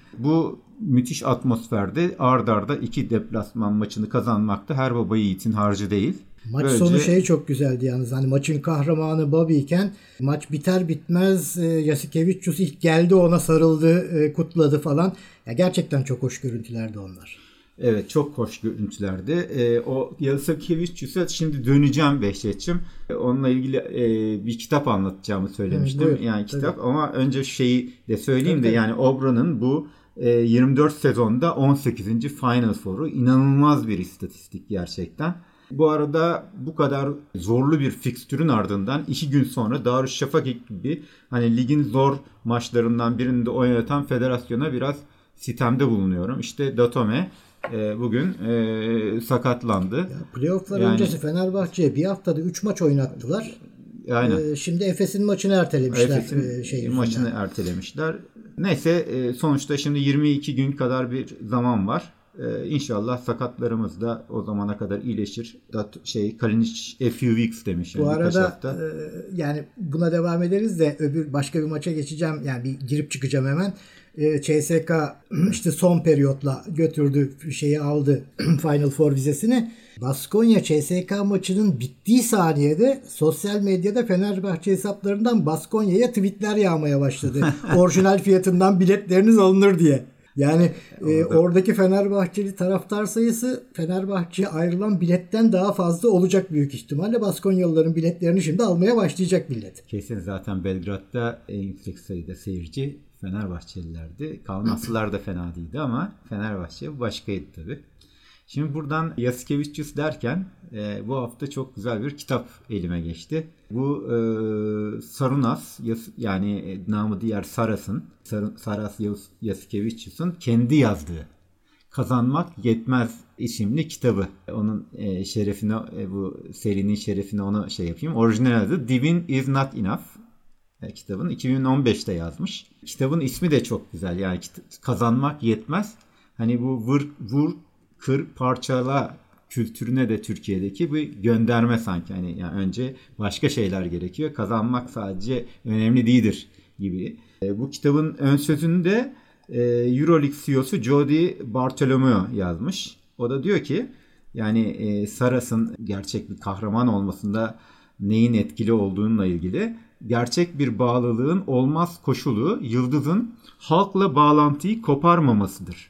Bu müthiş atmosferde ard arda iki deplasman maçını kazanmak da her baba yiğitin harcı değil. Maç Böylece... sonu şey çok güzeldi yalnız. Hani maçın kahramanı Bobby iken maç biter bitmez e, Yasikevicius ilk geldi, ona sarıldı, e, kutladı falan. Ya gerçekten çok hoş görüntülerdi onlar. Evet, çok hoş görüntülerdi. E, o Yasikevicius'a şimdi döneceğim Behçetçim. E, onunla ilgili e, bir kitap anlatacağımı söylemiştim. Evet, yani kitap, tabii. Ama önce şeyi de söyleyeyim tabii, de yani Obra'nın bu e, yirmi dört sezonda on sekizinci Final Four'u inanılmaz bir istatistik gerçekten. Bu arada bu kadar zorlu bir fikstürün ardından iki gün sonra Darüşşafaka gibi hani ligin zor maçlarından birinde oynatan federasyona biraz sitemde bulunuyorum. İşte Datome e, bugün e, sakatlandı. Ya, playoff'lar yani, öncesi Fenerbahçe'ye bir haftada üç maç oynattılar. Aynen. E, şimdi Efes'in maçını ertelemişler. Efes'in e, şey maçını ertelemişler. Neyse, e, sonuçta şimdi yirmi iki gün kadar bir zaman var. Ee, inşallah sakatlarımız da o zamana kadar iyileşir. Dat şey Kalinic a few weeks demiş. Yani bu arada e, yani buna devam ederiz de öbür başka bir maça geçeceğim. Yani bir girip çıkacağım hemen. E, C S K işte son periyotla götürdü, şeyi aldı Final Four vizesini. Baskonya C S K maçının bittiği saniyede sosyal medyada Fenerbahçe hesaplarından Baskonya'ya tweetler yağmaya başladı. Orijinal fiyatından biletleriniz alınır diye. Yani e, oradaki Fenerbahçeli taraftar sayısı Fenerbahçe'ye ayrılan biletten daha fazla olacak büyük ihtimalle. Baskonyalıların biletlerini şimdi almaya başlayacak millet. Kesin, zaten Belgrad'da en yüksek sayıda seyirci Fenerbahçelilerdi. Kaunaslılar da fena değildi ama Fenerbahçe başkaydı tabii. Şimdi buradan Yasikevicius derken e, bu hafta çok güzel bir kitap elime geçti. Bu e, Sarunas yani e, namı diğer Saras'ın, Saras Yasikevicius'un kendi yazdığı Kazanmak Yetmez isimli kitabı. Onun e, şerefine e, bu serinin şerefine onu şey yapayım. Orijinal adı Divine is Not Enough. E, kitabın iki bin on beşte yazmış. Kitabın ismi de çok güzel. Yani kazanmak yetmez. Hani bu vur, vur kır, parçala kültürüne de Türkiye'deki bir gönderme sanki. Hani yani önce başka şeyler gerekiyor. Kazanmak sadece önemli değildir gibi. E, bu kitabın ön sözünü de e, Euroleague C E O'su Jody Bartolomeo yazmış. O da diyor ki yani e, Saras'ın gerçek bir kahraman olmasında neyin etkili olduğunla ilgili gerçek bir bağlılığın olmaz koşulu yıldızın halkla bağlantıyı koparmamasıdır.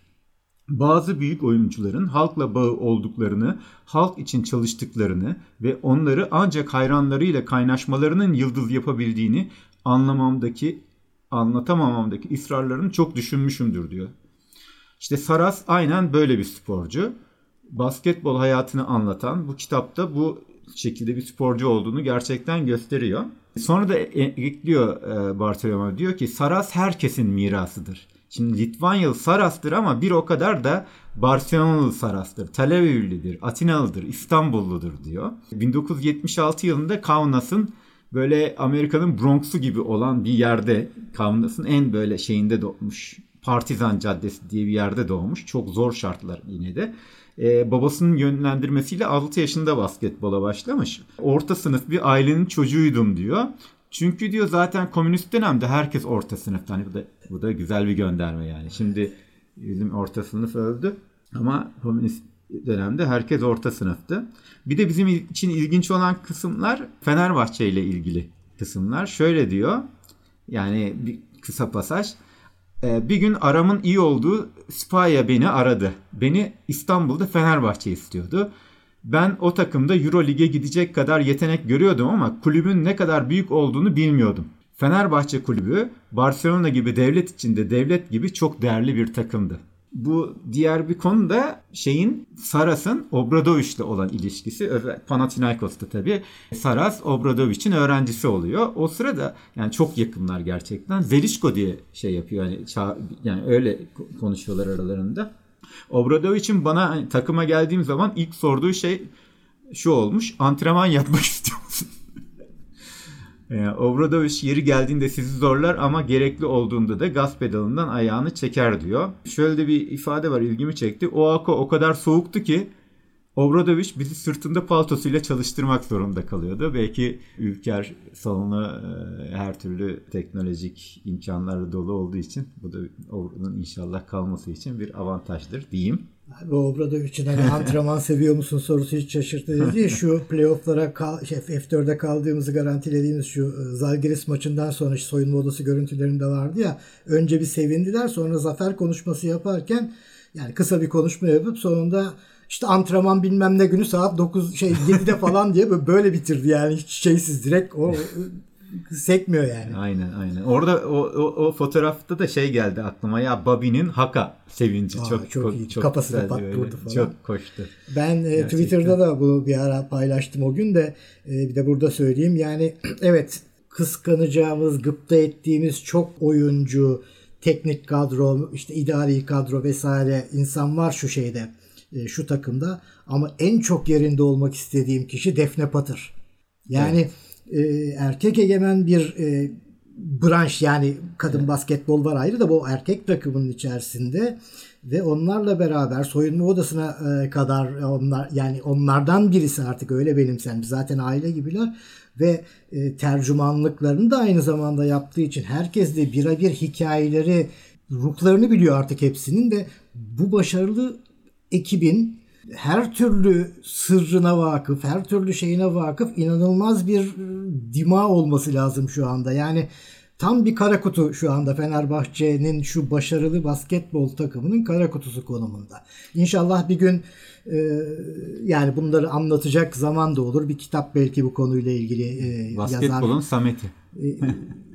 Bazı büyük oyuncuların halkla bağı olduklarını, halk için çalıştıklarını ve onları ancak hayranlarıyla kaynaşmalarının yıldız yapabildiğini anlamamdaki, anlatamamamdaki ısrarlarını çok düşünmüşümdür diyor. İşte Saras aynen böyle bir sporcu. Basketbol hayatını anlatan bu kitapta bu şekilde bir sporcu olduğunu gerçekten gösteriyor. Sonra da ekliyor Bartolomeo, diyor ki Saras herkesin mirasıdır. Şimdi Litvanyalı Saras'tır ama bir o kadar da Barcelonalı Saras'tır, Tel Avivlidir, Atinalıdır, İstanbulludur diyor. bin dokuz yüz yetmiş altı yılında Kaunas'ın böyle Amerika'nın Bronx'u gibi olan bir yerde, Kaunas'ın en böyle şeyinde doğmuş. Partizan Caddesi diye bir yerde doğmuş. Çok zor şartlar yine de. Ee, babasının yönlendirmesiyle altı yaşında basketbola başlamış. Orta sınıf bir ailenin çocuğuydum diyor. Çünkü diyor zaten komünist dönemde herkes orta sınıf. Hani bu da, bu da güzel bir gönderme yani. Şimdi bizim orta sınıf öldü ama komünist dönemde herkes orta sınıftı. Bir de bizim için ilginç olan kısımlar Fenerbahçe ile ilgili kısımlar. Şöyle diyor, yani bir kısa pasaj. Bir gün aramın iyi olduğu Spaya beni aradı. Beni İstanbul'da Fenerbahçe istiyordu. Ben o takımda Euroleague'e gidecek kadar yetenek görüyordum ama kulübün ne kadar büyük olduğunu bilmiyordum. Fenerbahçe kulübü Barcelona gibi devlet içinde devlet gibi çok değerli bir takımdı. Bu diğer bir konu da şeyin Saras'ın Obradoviç'le olan ilişkisi. Panathinaikos'ta tabii. Saras Obradoviç'in öğrencisi oluyor. O sırada yani çok yakınlar gerçekten. Zelişko diye şey yapıyor. Yani, ça- yani öyle konuşuyorlar aralarında. Obradoviç'in bana hani, takıma geldiğim zaman ilk sorduğu şey şu olmuş. Antrenman yapmak istiyor musun? Yani Obradoviç yeri geldiğinde sizi zorlar ama gerekli olduğunda da gaz pedalından ayağını çeker diyor. Şöyle de bir ifade var, ilgimi çekti. O Ako o kadar soğuktu ki Obradoviç bizi sırtında paltosuyla çalıştırmak zorunda kalıyordu. Belki Ülker salonu her türlü teknolojik imkanlarla dolu olduğu için bu da onun inşallah kalması için bir avantajdır diyeyim. Abi Obradoviç'in hani antrenman seviyor musun sorusu hiç şaşırtıcı değil. Şu playoff'lara kal, şey, F dört'e kaldığımızı garantilediğimiz şu Zalgiris maçından sonra soyunma odası görüntülerinde vardı ya. Önce bir sevindiler, sonra zafer konuşması yaparken yani kısa bir konuşma yapıp sonunda işte antrenman bilmem ne günü saat dokuz şey yedide falan diye böyle bitirdi yani hiç şeysiz direkt o sekmiyor yani. Aynen aynen. Orada o, o, o fotoğrafta da şey geldi aklıma ya, Bobby'nin haka sevinci. Aa, çok çok iyi. Çok kafası da patlıyordu falan. Çok koştu. Ben e, Twitter'da da bunu bir ara paylaştım o gün de e, bir de burada söyleyeyim. Yani evet, kıskanacağımız, gıpta ettiğimiz çok oyuncu, teknik kadro, işte idari kadro vesaire insan var şu şeyde, e, şu takımda, ama en çok yerinde olmak istediğim kişi Defne Patır. Yani evet. E, erkek egemen bir e, branş, yani kadın evet. basketbol var ayrı da bu erkek takımının içerisinde ve onlarla beraber soyunma odasına e, kadar onlar, yani onlardan birisi artık öyle benimsenmiş. Zaten aile gibiler ve e, tercümanlıklarını da aynı zamanda yaptığı için herkes de birebir hikayeleri, ruhlarını biliyor artık hepsinin ve bu başarılı ekibin her türlü sırrına vakıf, her türlü şeyine vakıf inanılmaz bir dima olması lazım şu anda. Yani tam bir kara kutu şu anda Fenerbahçe'nin şu başarılı basketbol takımının kara kutusu konumunda. İnşallah bir gün e, yani bunları anlatacak zaman da olur. Bir kitap belki bu konuyla ilgili e, Basketbolun yazar. Samet'i. E,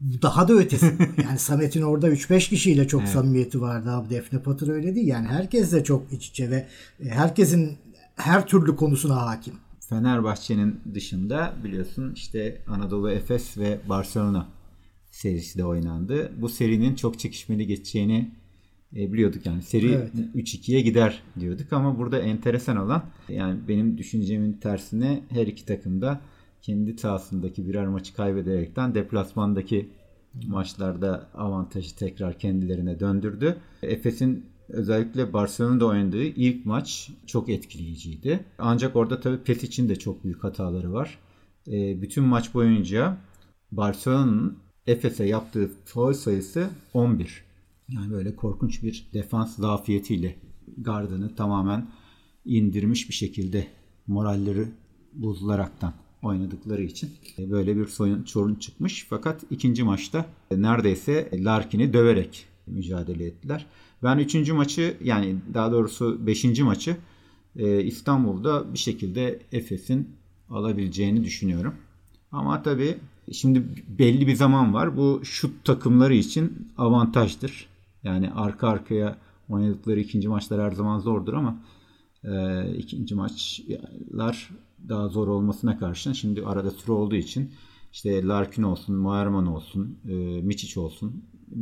daha da ötesi. Yani Samet'in orada üç beş kişiyle çok evet. samimiyeti vardı abi. Defne Patır öyle değil. Yani herkesle çok iç içe ve herkesin her türlü konusuna hakim. Fenerbahçe'nin dışında biliyorsun işte Anadolu Efes ve Barcelona serisi de oynandı. Bu serinin çok çekişmeli geçeceğini e, biliyorduk yani. Seri evet. üç ikiye gider diyorduk ama burada enteresan olan yani benim düşüncemin tersine her iki takım da kendi sahasındaki birer maçı kaybederekten deplasmandaki maçlarda avantajı tekrar kendilerine döndürdü. Efes'in özellikle Barcelona'da oynadığı ilk maç çok etkileyiciydi. Ancak orada tabii Pes için de çok büyük hataları var. E, bütün maç boyunca Barcelona'nın Efes'e yaptığı faul sayısı on bir. Yani böyle korkunç bir defans zafiyetiyle gardını tamamen indirmiş bir şekilde moralleri bozularaktan oynadıkları için böyle bir sorun çıkmış. Fakat ikinci maçta neredeyse Larkin'i döverek mücadele ettiler. Ben üçüncü maçı yani daha doğrusu beşinci maçı İstanbul'da bir şekilde Efes'in alabileceğini düşünüyorum. Ama tabii şimdi belli bir zaman var. Bu şut takımları için avantajdır. Yani arka arkaya oynadıkları ikinci maçlar her zaman zordur ama e, ikinci maçlar daha zor olmasına karşın şimdi arada süre olduğu için işte Larkin olsun, Moerman olsun, e, Mičić olsun,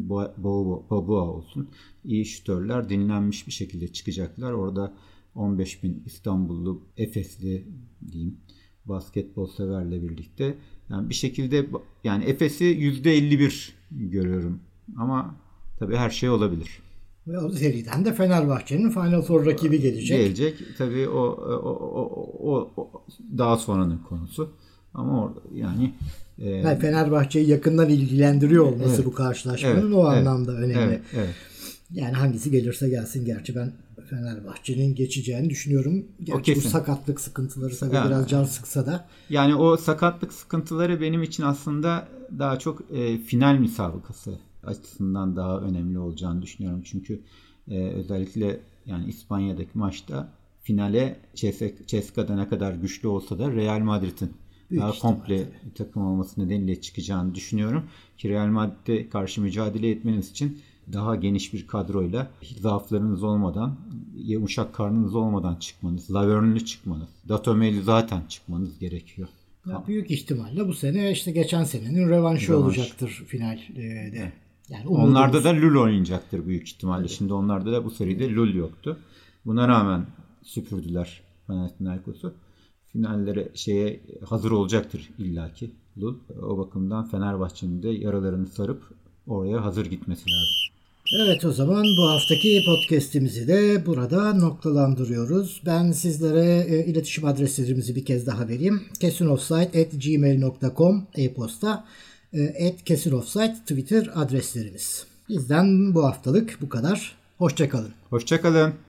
Boboa olsun iyi şütörler dinlenmiş bir şekilde çıkacaklar. Orada on beş bin İstanbullu Efesli diyeyim basketbol severle birlikte yani bir şekilde yani Efes'i yüzde elli bir görüyorum ama tabii her şey olabilir. Ve o seriden de Fenerbahçe'nin Final Four rakibi gelecek. Gelecek. Tabii o, o, o, o, o daha sonranın konusu. Ama orada yani, e, yani Fenerbahçe'yi yakından ilgilendiriyor olması evet, bu karşılaşmanın evet, o evet, anlamda önemli. Evet, evet. Yani hangisi gelirse gelsin. Gerçi ben Fenerbahçe'nin geçeceğini düşünüyorum. Gerçi bu sakatlık sıkıntıları tabii yani, biraz can sıksa da. Yani o sakatlık sıkıntıları benim için aslında daha çok e, final müsabakası açısından daha önemli olacağını düşünüyorum. Çünkü e, özellikle yani İspanya'daki maçta finale Ceska'da ne kadar güçlü olsa da Real Madrid'in büyük daha komple tabii. takım olması nedeniyle çıkacağını düşünüyorum. Ki Real Madrid'e karşı mücadele etmeniz için daha geniş bir kadroyla zaaflarınız olmadan, yumuşak karnınız olmadan çıkmanız, Lavern'lü çıkmanız, Datomeli zaten çıkmanız gerekiyor. Ya büyük ihtimalle bu sene işte geçen senenin revanşı Revanş. olacaktır finalde. Yani onlarda da Lul oynayacaktır büyük ihtimalle. Evet. Şimdi onlarda da bu seride Lul yoktu. Buna rağmen süpürdüler Panathinaikos'u. Finallere şeye hazır olacaktır illaki Lul. O bakımdan Fenerbahçe'nin de yaralarını sarıp oraya hazır gitmesi lazım. Evet, o zaman bu haftaki podcast'imizi de burada noktalandırıyoruz. Ben sizlere e, iletişim adreslerimizi bir kez daha vereyim. kesinofsite at gmail nokta com e-posta, e, at kesinofsite Twitter adreslerimiz. Bizden bu haftalık bu kadar. Hoşça kalın. Hoşça kalın.